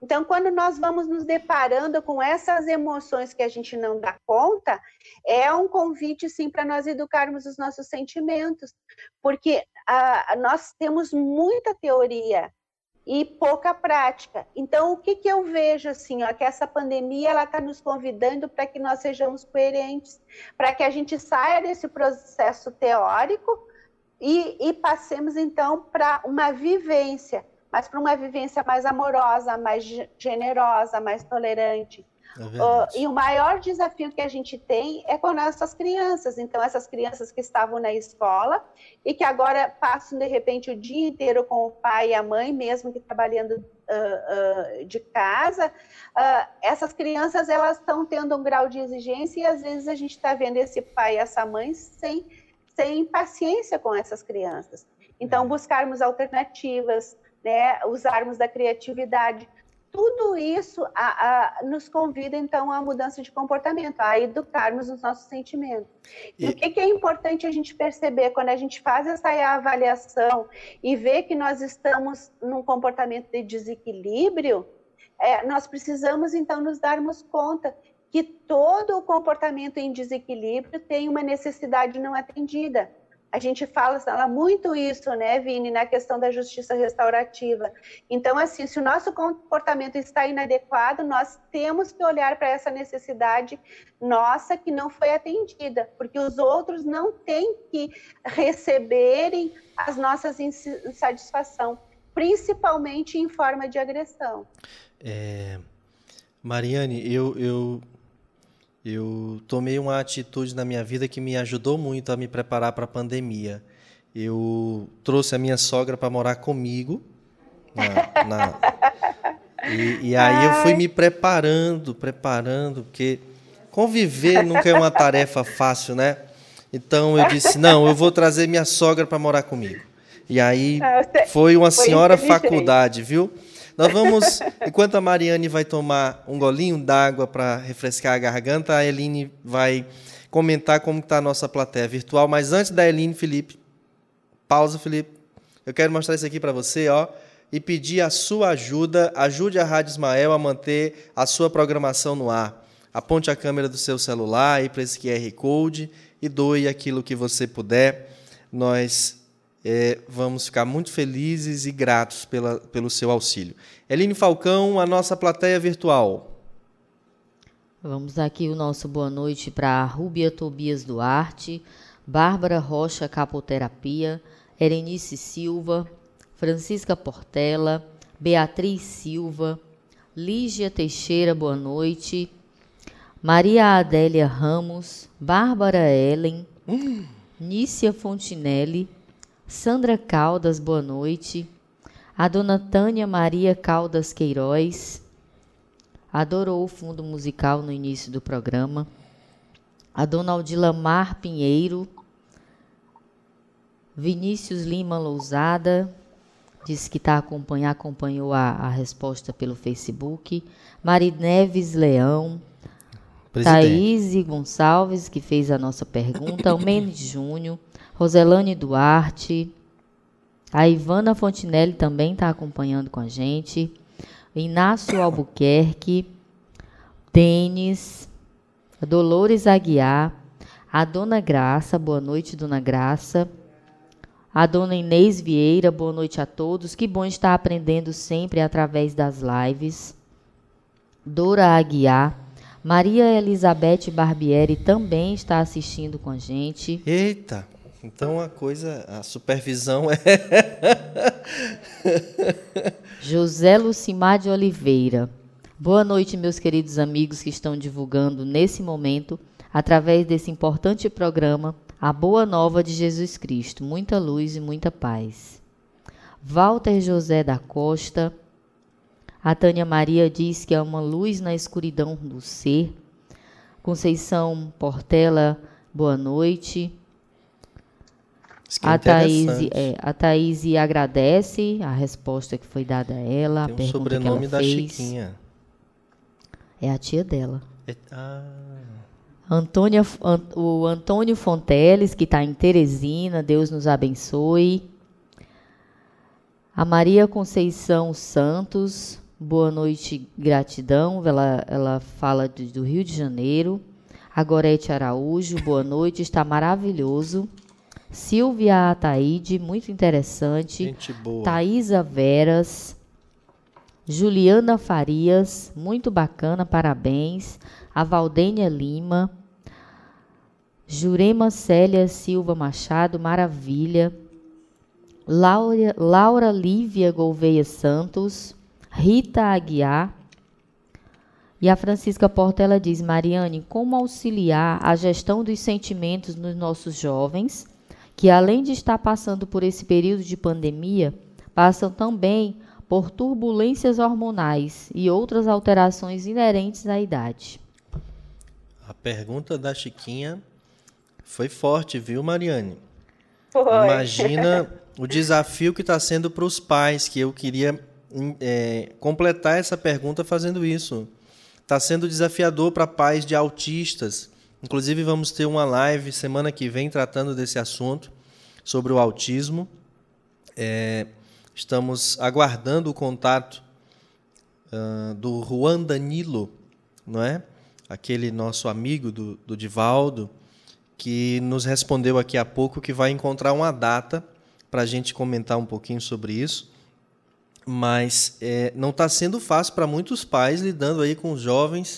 Então, quando nós vamos nos deparando com essas emoções que a gente não dá conta, é um convite, sim, para nós educarmos os nossos sentimentos, porque ah, nós temos muita teoria e pouca prática. Então, o que, que eu vejo, assim, ó, que essa pandemia ela está nos convidando para que nós sejamos coerentes, para que a gente saia desse processo teórico e, e passemos, então, para uma vivência, mas para uma vivência mais amorosa, mais generosa, mais tolerante. É uh, e o maior desafio que a gente tem é com nossas crianças. Então, essas crianças que estavam na escola e que agora passam, de repente, o dia inteiro com o pai e a mãe, mesmo que trabalhando uh, uh, de casa, uh, essas crianças elas estão tendo um grau de exigência e, às vezes, a gente está vendo esse pai e essa mãe sem, sem paciência com essas crianças. Então, buscarmos alternativas, né, usarmos da criatividade. Tudo isso a, a, nos convida, então, à mudança de comportamento, a educarmos os nossos sentimentos. E, e o que, que é importante a gente perceber quando a gente faz essa avaliação e vê que nós estamos num comportamento de desequilíbrio, é, nós precisamos, então, nos darmos conta que todo o comportamento em desequilíbrio tem uma necessidade não atendida. A gente fala, fala muito isso, né, Vini, na questão da justiça restaurativa. Então, assim, se o nosso comportamento está inadequado, nós temos que olhar para essa necessidade nossa que não foi atendida, porque os outros não têm que receberem as nossas insatisfações, principalmente em forma de agressão. É, Mariane, eu... eu... Eu tomei uma atitude na minha vida que me ajudou muito a me preparar para a pandemia. Eu trouxe a minha sogra para morar comigo. Na, na... E, e aí eu fui me preparando, preparando, porque conviver nunca é uma tarefa fácil, né? Então eu disse, não, eu vou trazer minha sogra para morar comigo. E aí foi uma senhora faculdade, viu? Nós vamos, enquanto a Mariane vai tomar um golinho d'água para refrescar a garganta, a Eline vai comentar como está a nossa plateia virtual. Mas antes da Eline, Felipe, pausa, Felipe. Eu quero mostrar isso aqui para você, ó, e pedir a sua ajuda. Ajude a Rádio Ismael a manter a sua programação no ar. Aponte a câmera do seu celular aí para esse Q R Code e doe aquilo que você puder. Nós... É, vamos ficar muito felizes e gratos pela, pelo seu auxílio. Eline Falcão, a nossa plateia virtual. Vamos aqui o nosso boa noite para Rúbia Tobias Duarte, Bárbara Rocha Capoterapia, Erenice Silva, Francisca Portela, Beatriz Silva, Lígia Teixeira, boa noite, Maria Adélia Ramos, Bárbara Ellen, hum. Nícia Fontinelli, Sandra Caldas, boa noite. A dona Tânia Maria Caldas Queiroz adorou o fundo musical no início do programa. A dona Aldilamar Pinheiro. Vinícius Lima Lousada disse que tá acompanhando, acompanhou a, a resposta pelo Facebook. Marineves Leão. Thaís Gonçalves, que fez a nossa pergunta. Almenes Júnior. Roselane Duarte, a Ivana Fontinelli também está acompanhando com a gente, Inácio Albuquerque, Denis, Dolores Aguiar, a Dona Graça, boa noite, Dona Graça, a Dona Inês Vieira, boa noite a todos, que bom estar aprendendo sempre através das lives, Dora Aguiar, Maria Elizabeth Barbieri também está assistindo com a gente. Eita! Então a coisa, a supervisão é... José Lucimar de Oliveira. Boa noite, meus queridos amigos que estão divulgando nesse momento, através desse importante programa, a boa nova de Jesus Cristo. Muita luz e muita paz. Walter José da Costa. A Tânia Maria diz que é uma luz na escuridão do ser. Conceição Portela, boa noite. É a Thaís, é, a Thaís agradece a resposta que foi dada a ela. Tem um sobrenome da fez. Chiquinha. É a tia dela. É, ah. Antônia, o Antônio Fonteles, que está em Teresina, Deus nos abençoe. A Maria Conceição Santos, boa noite, gratidão. Ela, ela fala de, do Rio de Janeiro. A Gorete Araújo, boa noite, está maravilhoso. Silvia Ataíde, muito interessante. Gente boa. Thaisa Veras. Juliana Farias, muito bacana, parabéns. A Valdênia Lima. Jurema Célia Silva Machado, maravilha. Laura, Laura Lívia Gouveia Santos. Rita Aguiar. E a Francisca Portela diz: Mariane, como auxiliar a gestão dos sentimentos nos nossos jovens, que além de estar passando por esse período de pandemia, passam também por turbulências hormonais e outras alterações inerentes à idade? A pergunta da Chiquinha foi forte, viu, Mariane? Foi. Imagina o desafio que está sendo para os pais, que eu queria é, completar essa pergunta fazendo isso. Está sendo desafiador para pais de autistas. Inclusive, vamos ter uma live semana que vem tratando desse assunto, sobre o autismo. É, estamos aguardando o contato uh, do Juan Danilo, não é? Aquele nosso amigo do, do Divaldo, que nos respondeu aqui há pouco que vai encontrar uma data para a gente comentar um pouquinho sobre isso. Mas é, não está sendo fácil para muitos pais lidando aí com jovens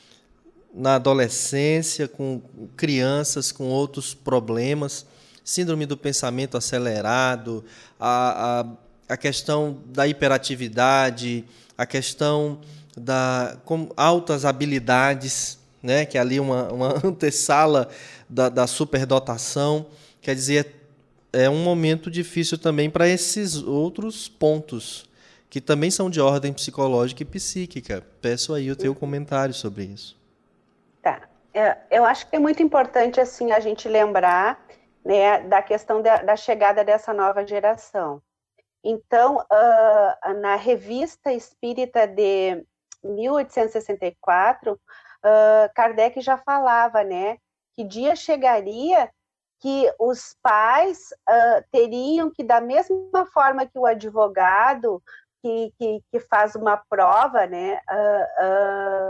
na adolescência, com crianças com outros problemas, síndrome do pensamento acelerado, a, a, a questão da hiperatividade, a questão da com altas habilidades, né, que é ali uma, uma antessala da, da superdotação. Quer dizer, é um momento difícil também para esses outros pontos, que também são de ordem psicológica e psíquica. Peço aí o teu comentário sobre isso. Tá. Eu acho que é muito importante assim, a gente lembrar, né, da questão da, da chegada dessa nova geração. Então, uh, na Revista Espírita de mil oitocentos e sessenta e quatro, uh, Kardec já falava, né, que dia chegaria que os pais uh, teriam que, da mesma forma que o advogado que, que, que faz uma prova, né, uh,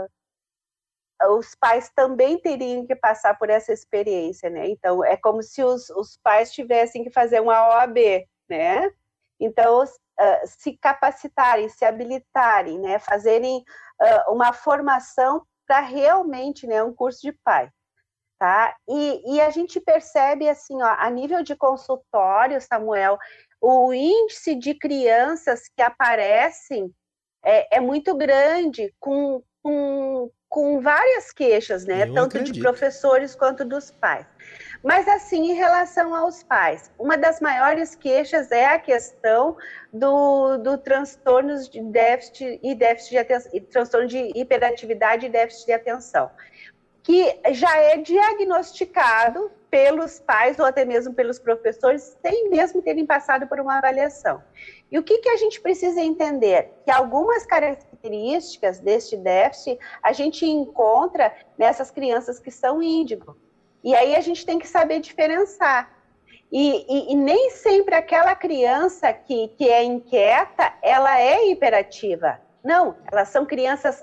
uh, os pais também teriam que passar por essa experiência, né? Então, é como se os, os pais tivessem que fazer uma O A B, né? Então, uh, se capacitarem, se habilitarem, né? Fazerem uh, uma formação para realmente, né, um curso de pai. Tá? E, e a gente percebe, assim, ó, a nível de consultório, Samuel, o índice de crianças que aparecem é, é muito grande, com, com, com várias queixas, né? Eu Tanto acredito. de professores quanto dos pais. Mas, assim, em relação aos pais, uma das maiores queixas é a questão do, do transtornos de déficit e déficit de atenção, transtorno de hiperatividade e déficit de atenção, que já é diagnosticado pelos pais ou até mesmo pelos professores, sem mesmo terem passado por uma avaliação. E o que, que a gente precisa entender? Que algumas características deste déficit a gente encontra nessas crianças que são índigo. E aí a gente tem que saber diferenciar. E, e, e nem sempre aquela criança que, que é inquieta, ela é hiperativa. Não, elas são crianças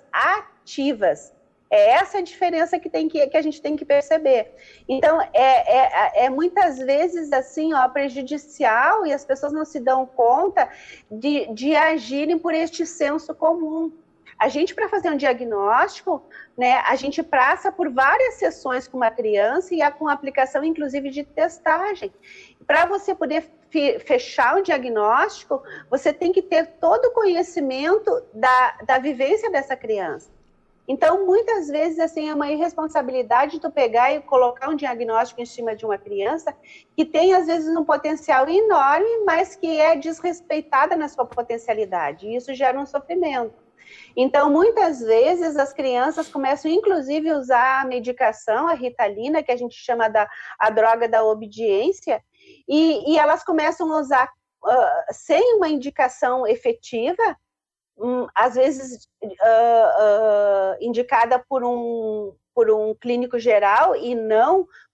ativas. É essa a diferença que, tem que, que a gente tem que perceber. Então, é, é, é muitas vezes assim, ó, prejudicial, e as pessoas não se dão conta de, de agirem por este senso comum. A gente, para fazer um diagnóstico, né, a gente passa por várias sessões com uma criança e a, com aplicação, inclusive, de testagem. Para você poder fechar um diagnóstico, você tem que ter todo o conhecimento da, da vivência dessa criança. Então, muitas vezes, assim, é uma irresponsabilidade tu pegar e colocar um diagnóstico em cima de uma criança que tem, às vezes, um potencial enorme, mas que é desrespeitada na sua potencialidade, e isso gera um sofrimento. Então, muitas vezes, as crianças começam, inclusive, a usar a medicação, a Ritalina, que a gente chama da a droga da obediência, e, e elas começam a usar uh, sem uma indicação efetiva, Um, às vezes uh, uh, indicada por um, por um clínico geral e não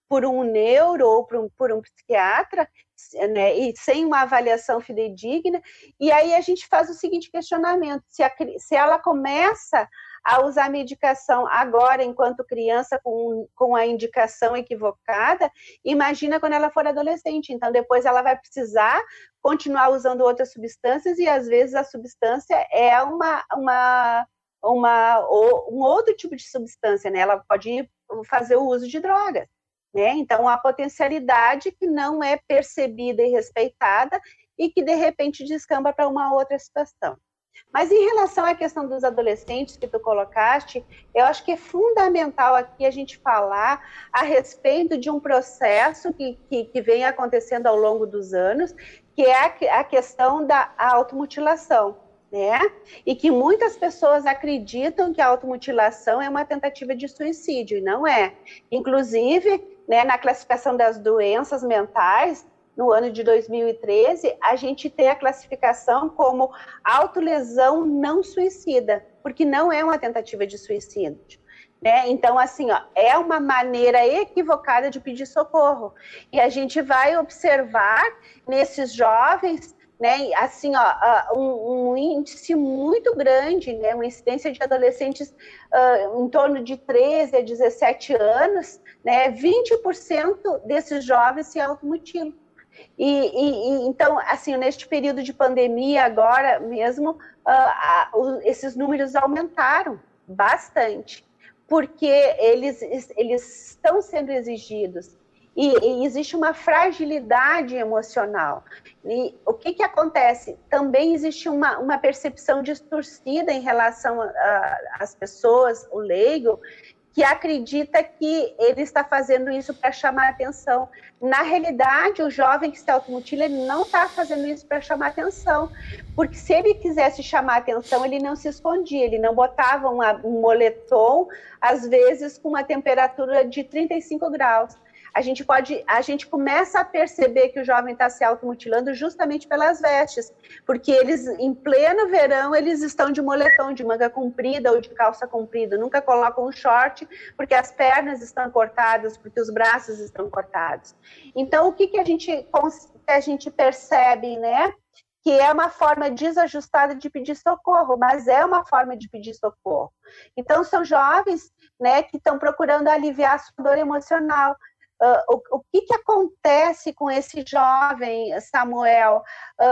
por um neuro ou por um, por um psiquiatra, né, e sem uma avaliação fidedigna, e aí a gente faz o seguinte questionamento, se, a, se ela começa a usar medicação agora, enquanto criança, com, com a indicação equivocada, imagina quando ela for adolescente, então depois ela vai precisar continuar usando outras substâncias, e às vezes a substância é uma, uma, uma, um outro tipo de substância, né? Ela pode fazer o uso de drogas, né? Então, a potencialidade que não é percebida e respeitada e que, de repente, descamba para uma outra situação. Mas em relação à questão dos adolescentes que tu colocaste, eu acho que é fundamental aqui a gente falar a respeito de um processo que, que, que vem acontecendo ao longo dos anos, que é a, a questão da automutilação, né? E que muitas pessoas acreditam que a automutilação é uma tentativa de suicídio, e não é. Inclusive, né, na classificação das doenças mentais, no ano de dois mil e treze, a gente tem a classificação como autolesão não suicida, porque não é uma tentativa de suicídio, né? Então, assim, ó, é uma maneira equivocada de pedir socorro. E a gente vai observar nesses jovens, né, assim, ó, um, um índice muito grande, né, uma incidência de adolescentes uh, em torno de treze a dezessete anos, né, vinte por cento desses jovens se automutilam. E, e, e, então, assim, neste período de pandemia agora mesmo, uh, uh, esses números aumentaram bastante, porque eles, eles estão sendo exigidos, e, e existe uma fragilidade emocional. E o que que acontece? Também existe uma, uma percepção distorcida em relação às pessoas, o leigo, que acredita que ele está fazendo isso para chamar atenção. Na realidade, o jovem que se automutila, ele não está fazendo isso para chamar atenção, porque se ele quisesse chamar atenção, ele não se escondia, ele não botava uma, um moletom, às vezes com uma temperatura de trinta e cinco graus. A gente pode, a gente começa a perceber que o jovem está se automutilando justamente pelas vestes, porque eles, em pleno verão, eles estão de moletom, de manga comprida ou de calça comprida, nunca colocam um short, porque as pernas estão cortadas, porque os braços estão cortados. Então, o que, que, a, gente, que a gente percebe, né? Que é uma forma desajustada de pedir socorro, mas é uma forma de pedir socorro. Então, são jovens, né, que estão procurando aliviar a sua dor emocional. Uh, o, o que, que acontece com esse jovem, Samuel?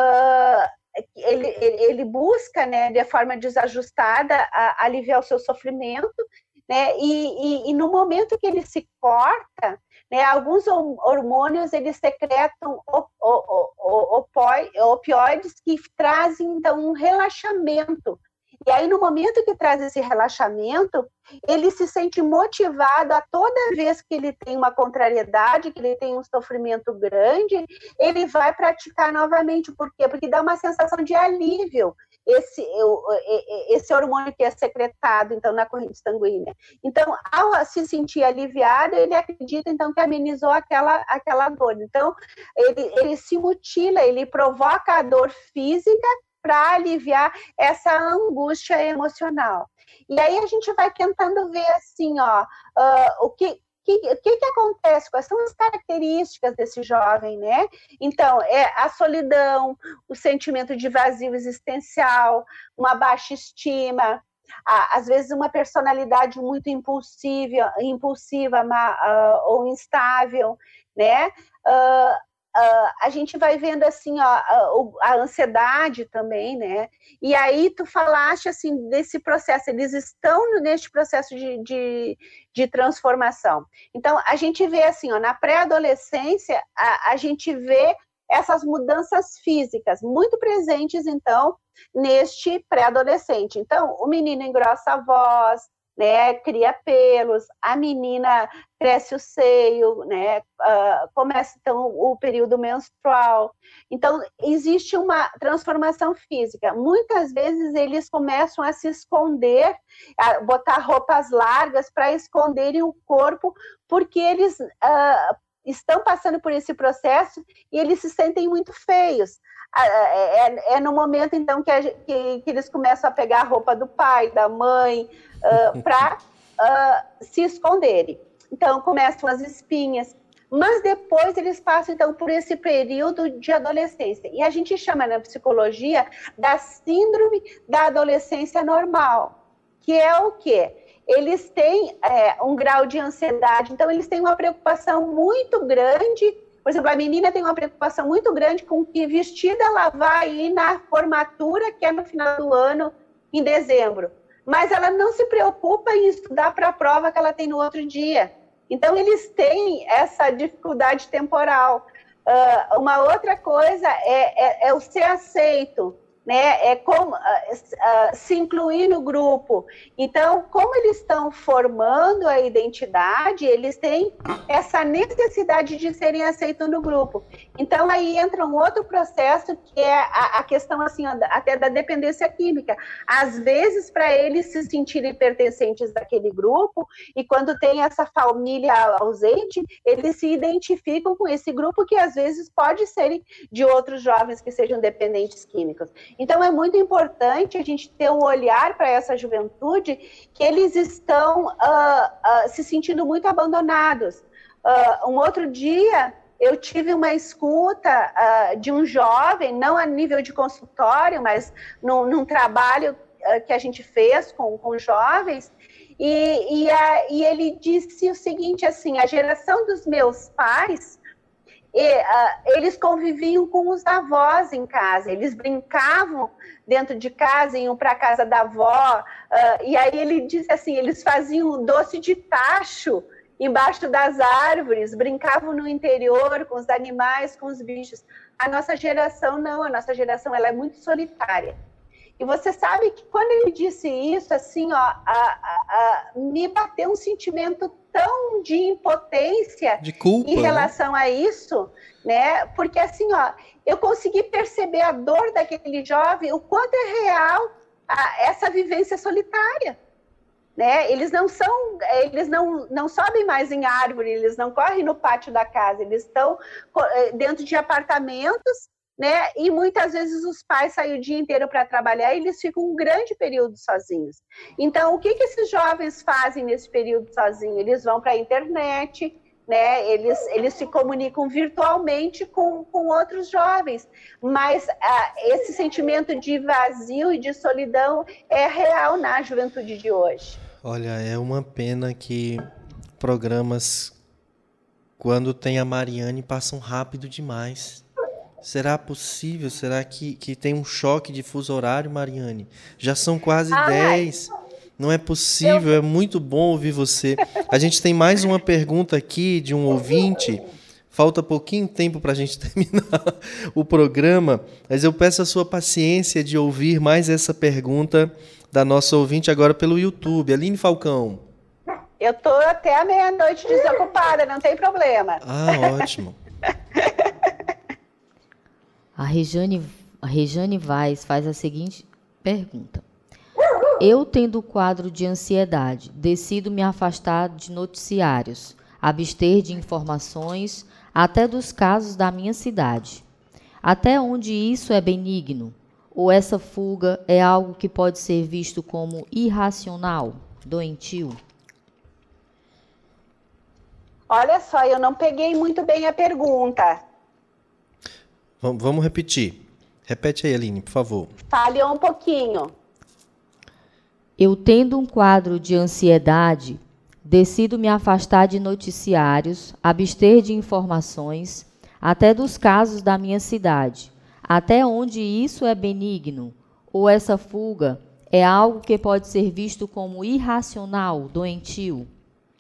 Uh, ele, ele, ele busca, né, de forma desajustada, a, aliviar o seu sofrimento, né, e, e, e no momento que ele se corta, né, alguns hormônios eles secretam op, op, op, opioides que trazem, então, um relaxamento. E aí, no momento que traz esse relaxamento, ele se sente motivado a toda vez que ele tem uma contrariedade, que ele tem um sofrimento grande, ele vai praticar novamente. Por quê? Porque dá uma sensação de alívio, esse, esse hormônio que é secretado, então, na corrente sanguínea. Então, ao se sentir aliviado, ele acredita, então, que amenizou aquela, aquela dor. Então, ele, ele se mutila, ele provoca a dor física, para aliviar essa angústia emocional. E aí a gente vai tentando ver assim, ó, uh, o que, que, que, que acontece, quais são as características desse jovem, né? Então, é a solidão, o sentimento de vazio existencial, uma baixa estima, às vezes uma personalidade muito impulsiva, impulsiva uh, ou instável, né? Uh, Uh, a gente vai vendo assim, ó, a, a ansiedade também, né? E aí tu falaste assim desse processo, eles estão neste processo de, de, de transformação. Então, a gente vê assim, ó, na pré-adolescência, a, a gente vê essas mudanças físicas muito presentes, então, neste pré-adolescente. Então, o menino engrossa a voz, né, cria pelos, a menina cresce o seio, né, uh, começa então o período menstrual. Então, existe uma transformação física. Muitas vezes eles começam a se esconder, a botar roupas largas para esconderem o corpo, porque eles uh, estão passando por esse processo e eles se sentem muito feios. É, é no momento, então, que, a, que, que eles começam a pegar a roupa do pai, da mãe, uh, para uh, se esconderem. Então, começam as espinhas, mas depois eles passam, então, por esse período de adolescência. E a gente chama na psicologia da síndrome da adolescência normal, que é o quê? Eles têm é, um grau de ansiedade, então eles têm uma preocupação muito grande. Por exemplo, a menina tem uma preocupação muito grande com que vestida ela vai ir na formatura, que é no final do ano, em dezembro. Mas ela não se preocupa em estudar para a prova que ela tem no outro dia. Então, eles têm essa dificuldade temporal. Uh, uma outra coisa é, é, é o ser aceito, né? É como, uh, uh, se incluir no grupo. Então, como eles estão formando a identidade, eles têm essa necessidade de serem aceitos no grupo. Então, aí entra um outro processo, que é a, a questão, assim, até da dependência química. Às vezes, para eles se sentirem pertencentes daquele grupo, e quando tem essa família ausente, eles se identificam com esse grupo, que às vezes pode ser de outros jovens que sejam dependentes químicos. Então, é muito importante a gente ter um olhar para essa juventude, que eles estão uh, uh, se sentindo muito abandonados. Uh, um outro dia, eu tive uma escuta uh, de um jovem, não a nível de consultório, mas num, num trabalho uh, que a gente fez com, com jovens, e, e, a, e ele disse o seguinte, assim, a geração dos meus pais, E, uh, eles conviviam com os avós em casa, eles brincavam dentro de casa, iam para a casa da avó, uh, e aí ele disse assim, eles faziam doce de tacho embaixo das árvores, brincavam no interior com os animais, com os bichos. A nossa geração não, a nossa geração ela é muito solitária. E você sabe que quando ele disse isso, assim, ó, a, a, a, me bateu um sentimento tão de impotência de culpa, em relação né? a isso, né? Porque assim, ó, eu consegui perceber a dor daquele jovem, o quanto é real a, essa vivência solitária, né? Eles não são, eles não, não sobem mais em árvore, eles não correm no pátio da casa, eles estão dentro de apartamentos, né? E muitas vezes os pais saem o dia inteiro para trabalhar e eles ficam um grande período sozinhos. Então, o que, que esses jovens fazem nesse período sozinhos? Eles vão para a internet, né? Eles, eles se comunicam virtualmente com, com outros jovens, mas ah, esse sentimento de vazio e de solidão é real na juventude de hoje. Olha, é uma pena que programas, quando tem a Mariane, passam rápido demais. Será possível? Será que, que tem um choque de fuso horário, Mariane? Já são quase Ai, dez. Não é possível, eu... é muito bom ouvir você. A gente tem mais uma pergunta aqui de um ouvinte. Falta pouquinho tempo para a gente terminar o programa, mas eu peço a sua paciência de ouvir mais essa pergunta da nossa ouvinte agora pelo YouTube. Aline Falcão. Eu estou até a meia-noite desocupada, não tem problema. Ah, ótimo. A Rejane, a Rejane Vaz faz a seguinte pergunta. Eu, tendo quadro de ansiedade, decido me afastar de noticiários, abster de informações, até dos casos da minha cidade. Até onde isso é benigno? Ou essa fuga é algo que pode ser visto como irracional, doentio? Olha só, eu não peguei muito bem a pergunta. Vamos repetir. Repete aí, Aline, por favor. Fale um pouquinho. Eu, tendo um quadro de ansiedade, decido me afastar de noticiários, abster de informações, até dos casos da minha cidade. Até onde isso é benigno? Ou essa fuga é algo que pode ser visto como irracional, doentio?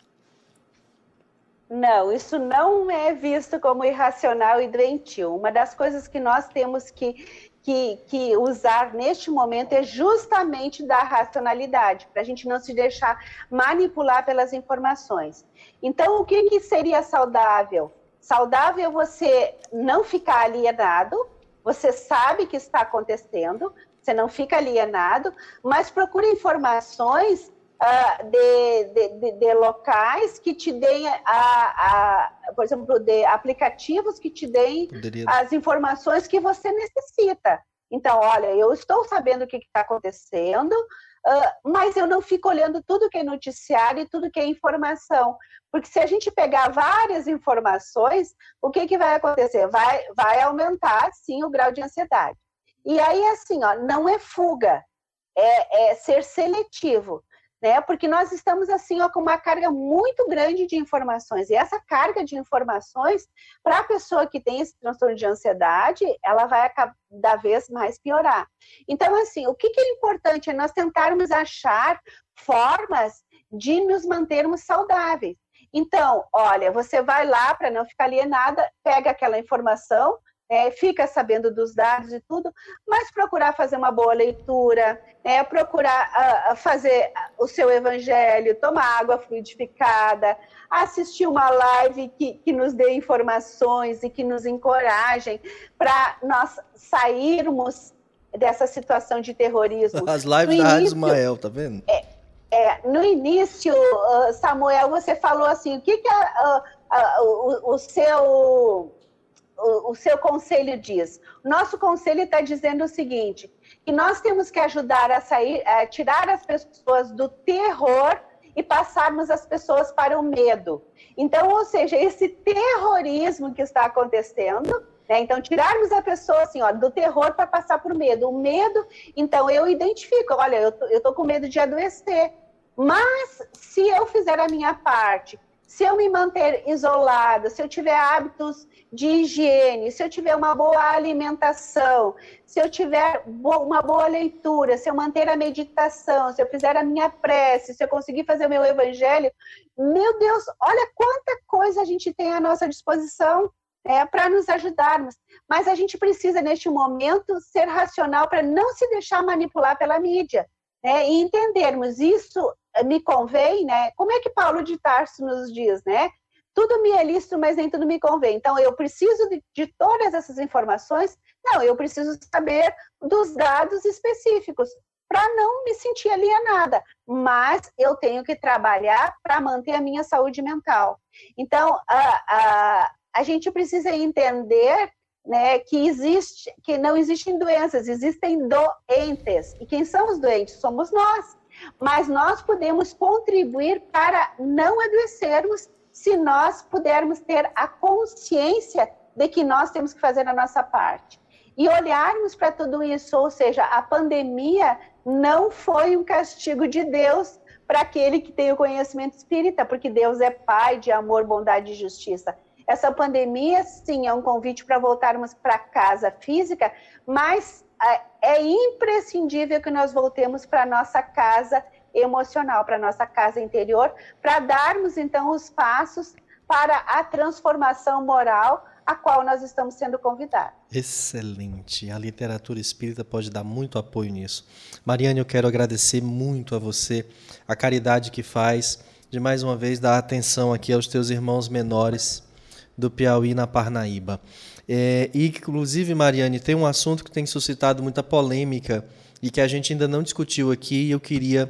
Não, isso não é visto como irracional e doentio. Uma das coisas que nós temos que, que, que usar neste momento é justamente da racionalidade, para a gente não se deixar manipular pelas informações. Então, o que, que seria saudável? Saudável é você não ficar alienado, você sabe que está acontecendo, você não fica alienado, mas procura informações Uh, de, de, de, de locais que te deem, a, a, por exemplo, de aplicativos que te deem Poderia... as informações que você necessita. Então, olha, eu estou sabendo o que está acontecendo, uh, mas eu não fico olhando tudo que é noticiário e tudo que é informação, porque se a gente pegar várias informações, o que, que vai acontecer? Vai, vai aumentar, sim, o grau de ansiedade. E aí, assim, ó, não é fuga, é, é ser seletivo, né? Porque nós estamos, assim, ó, com uma carga muito grande de informações, e essa carga de informações, para a pessoa que tem esse transtorno de ansiedade, ela vai cada vez mais piorar. Então, assim, o que, que é importante é nós tentarmos achar formas de nos mantermos saudáveis. Então, olha, você vai lá para não ficar alienada, pega aquela informação, é, fica sabendo dos dados e tudo, mas procurar fazer uma boa leitura, é, procurar uh, fazer o seu evangelho, tomar água fluidificada, assistir uma live que, que nos dê informações e que nos encorajem para nós sairmos dessa situação de terrorismo. As lives no da Rádio início, Ismael, tá vendo? É, é, no início, uh, Samuel, você falou assim, o que, que a, uh, uh, o, o seu... O, o seu conselho diz. O nosso conselho está dizendo o seguinte, que nós temos que ajudar a sair, a tirar as pessoas do terror e passarmos as pessoas para o medo. Então, ou seja, esse terrorismo que está acontecendo, né? Então, tirarmos a pessoa assim, ó, do terror para passar para o medo. O medo, então, eu identifico, olha, eu tô, eu tô com medo de adoecer, mas se eu fizer a minha parte, se eu me manter isolada, se eu tiver hábitos de higiene, se eu tiver uma boa alimentação, se eu tiver uma boa leitura, se eu manter a meditação, se eu fizer a minha prece, se eu conseguir fazer o meu evangelho, meu Deus, olha quanta coisa a gente tem à nossa disposição, é, para nos ajudarmos. Mas a gente precisa, neste momento, ser racional para não se deixar manipular pela mídia, né, e entendermos isso me convém, né? Como é que Paulo de Tarso nos diz, né? Tudo me é lícito, mas nem tudo me convém. Então, eu preciso de, de todas essas informações? Não, eu preciso saber dos dados específicos para não me sentir alienada. Mas eu tenho que trabalhar para manter a minha saúde mental. Então, a, a, a gente precisa entender, né, que, existe, que não existem doenças, existem doentes. E quem são os doentes? Somos nós. Mas nós podemos contribuir para não adoecermos se nós pudermos ter a consciência de que nós temos que fazer a nossa parte. E olharmos para tudo isso, ou seja, a pandemia não foi um castigo de Deus para aquele que tem o conhecimento espírita, porque Deus é Pai de amor, bondade e justiça. Essa pandemia, sim, é um convite para voltarmos para casa física, mas é imprescindível que nós voltemos para a nossa casa emocional, para a nossa casa interior, para darmos, então, os passos para a transformação moral a qual nós estamos sendo convidados. Excelente. A literatura espírita pode dar muito apoio nisso. Mariane, eu quero agradecer muito a você, a caridade que faz, de mais uma vez dar atenção aqui aos teus irmãos menores do Piauí, na Parnaíba. É, e, inclusive, Mariane, tem um assunto que tem suscitado muita polêmica e que a gente ainda não discutiu aqui, e eu queria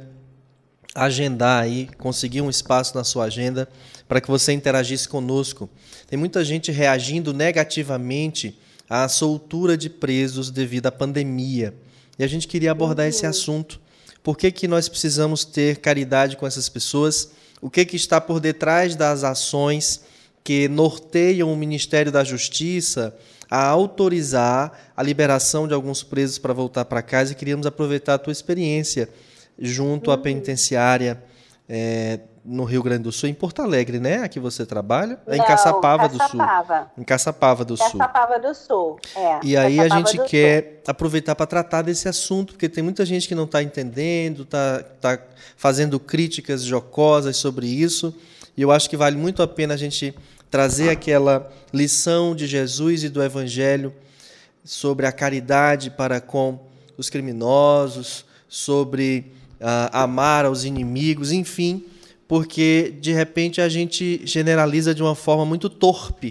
agendar aí, conseguir um espaço na sua agenda para que você interagisse conosco. Tem muita gente reagindo negativamente à soltura de presos devido à pandemia. E a gente queria abordar uhum. esse assunto. Por que que nós precisamos ter caridade com essas pessoas? O que que está por detrás das ações que norteiam o Ministério da Justiça a autorizar a liberação de alguns presos para voltar para casa, e queríamos aproveitar a tua experiência junto uhum. à penitenciária é, no Rio Grande do Sul, em Porto Alegre, né? Aqui você trabalha? É em Não, Caçapava, Caçapava do Sul. Em Caçapava do Sul. Caçapava do Sul, é. E aí Caçapava a gente quer Sul. aproveitar para tratar desse assunto, porque tem muita gente que não está entendendo, está tá fazendo críticas jocosas sobre isso, e eu acho que vale muito a pena a gente trazer aquela lição de Jesus e do Evangelho sobre a caridade para com os criminosos, sobre uh, amar aos inimigos, enfim, porque de repente a gente generaliza de uma forma muito torpe.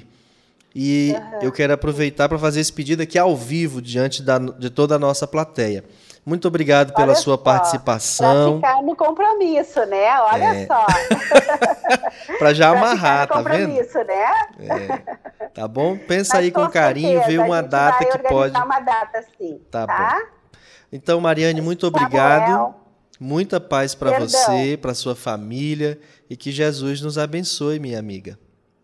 E uhum. eu quero aproveitar para fazer esse pedido aqui ao vivo, diante da, de toda a nossa plateia. Muito obrigado pela Olha sua só, participação. Para ficar no compromisso, né? Olha é. só. Para já amarrar, tá vendo? Compromisso, né? É. Tá bom? Pensa Mas, aí com, com carinho, vê uma data vai que pode. uma data sim. Tá, tá bom. Então, Mariane, muito obrigado. Samuel. Muita paz para você, para sua família, e que Jesus nos abençoe, minha amiga.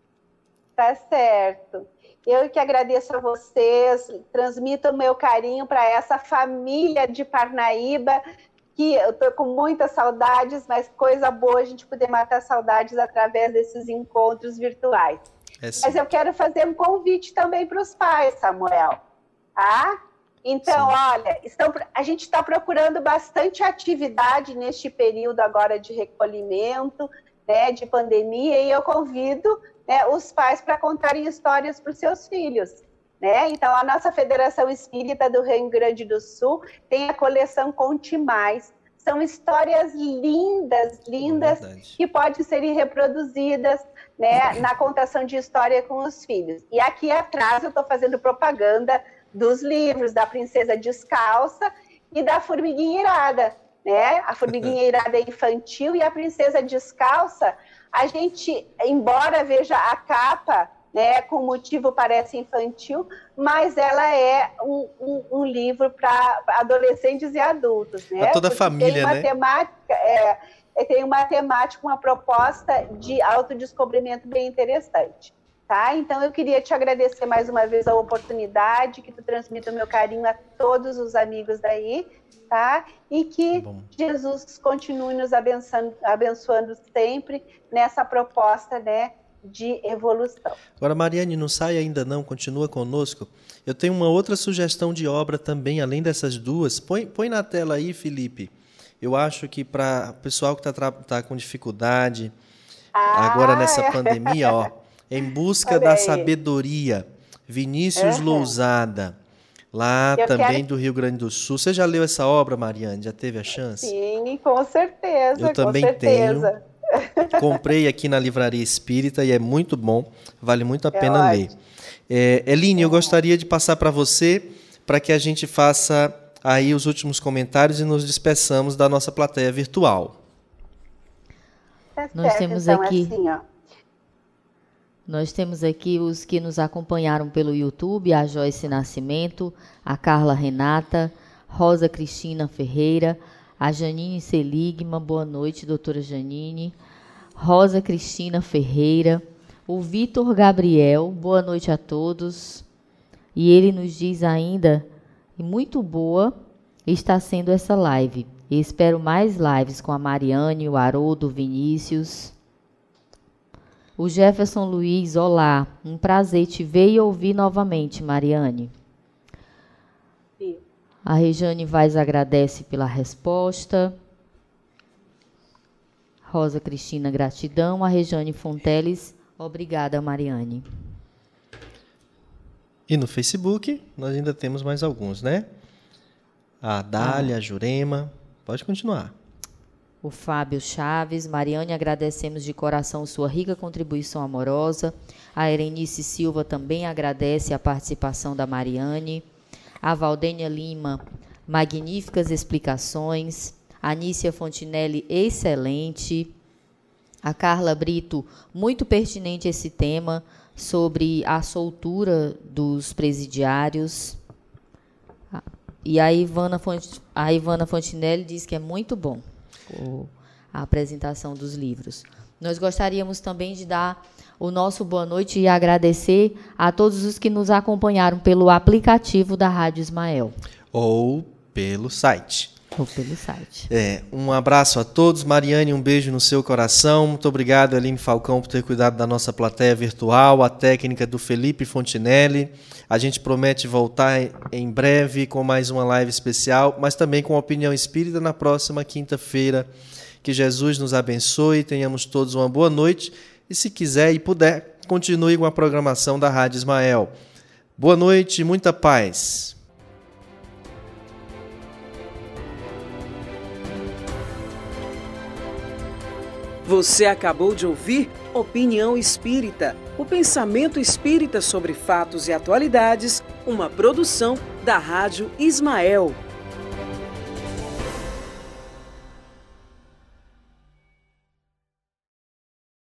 Tá certo. Eu que agradeço a vocês, transmito o meu carinho para essa família de Parnaíba, que eu estou com muitas saudades, mas coisa boa a gente poder matar saudades através desses encontros virtuais. É, mas eu quero fazer um convite também para os pais, Samuel. Ah? Então, sim, olha, estão, a gente está procurando bastante atividade neste período agora de recolhimento, né, de pandemia, e eu convido, né, os pais para contarem histórias para os seus filhos. Né? Então, a nossa Federação Espírita do Rio Grande do Sul tem a coleção Conte Mais. São histórias lindas, lindas, é que podem ser reproduzidas, né, na contação de história com os filhos. E aqui atrás eu estou fazendo propaganda dos livros da Princesa Descalça e da Formiguinha Irada. Né? A Formiguinha Irada é infantil e a Princesa Descalça, a gente, embora veja a capa, né, com motivo parece infantil, mas ela é um, um, um livro para adolescentes e adultos. Né? Para toda a família, tem uma né? Temática, é, tem uma temática, uma proposta de autodescobrimento bem interessante. Tá? Então, eu queria te agradecer mais uma vez a oportunidade, que tu transmita o meu carinho a todos os amigos daí, tá? E que Bom. Jesus continue nos abençoando, abençoando sempre nessa proposta, né, de evolução. Agora, Mariane, não sai ainda não, continua conosco. Eu tenho uma outra sugestão de obra também, além dessas duas. Põe, põe na tela aí, Felipe. Eu acho que para o pessoal que está tá com dificuldade, ah, agora nessa é. pandemia, ó, Em Busca da Sabedoria, Vinícius uhum. Lousada, lá eu também quero... do Rio Grande do Sul. Você já leu essa obra, Mariane? Já teve a chance? Sim, com certeza. Eu também com certeza. tenho. Comprei aqui na Livraria Espírita e é muito bom, vale muito a pena é ler. É, Eline, é. eu gostaria de passar para você, para que a gente faça aí os últimos comentários e nos despeçamos da nossa plateia virtual. Tá Nós certo, temos então, aqui... Assim, ó. Nós temos aqui os que nos acompanharam pelo YouTube, a Joyce Nascimento, a Carla Renata, Rosa Cristina Ferreira, a Janine Seligman, boa noite, doutora Janine, Rosa Cristina Ferreira, o Vitor Gabriel, boa noite a todos. E ele nos diz ainda, muito boa está sendo essa live. E espero mais lives com a Mariane, o Haroldo, o Vinícius... O Jefferson Luiz, olá, um prazer te ver e ouvir novamente, Mariane. Sim. A Rejane Vaz agradece pela resposta. Rosa Cristina, gratidão. A Rejane Fonteles, obrigada, Mariane. E no Facebook, nós ainda temos mais alguns, né? A Dália, ah. a Jurema, pode continuar. O Fábio Chaves, Mariane, agradecemos de coração sua rica contribuição amorosa. A Erenice Silva também agradece a participação da Mariane. A Valdênia Lima, magníficas explicações. A Nícia Fontinelli, excelente. A Carla Brito, muito pertinente esse tema sobre a soltura dos presidiários. E a Ivana, Font... a Ivana Fontinelli diz que é muito bom a apresentação dos livros. Nós gostaríamos também de dar o nosso boa noite e agradecer a todos os que nos acompanharam pelo aplicativo da Rádio Ismael. Ou pelo site. Ou pelo site. É, um abraço a todos. Mariane, um beijo no seu coração. Muito obrigado, Eline Falcão, por ter cuidado da nossa plateia virtual, a técnica do Felipe Fontinelli. A gente promete voltar em breve com mais uma live especial, mas também com a Opinião Espírita na próxima quinta-feira. Que Jesus nos abençoe, tenhamos todos uma boa noite. E se quiser e puder, continue com a programação da Rádio Ismael. Boa noite e muita paz. Você acabou de ouvir Opinião Espírita, o pensamento espírita sobre fatos e atualidades, uma produção da Rádio Ismael.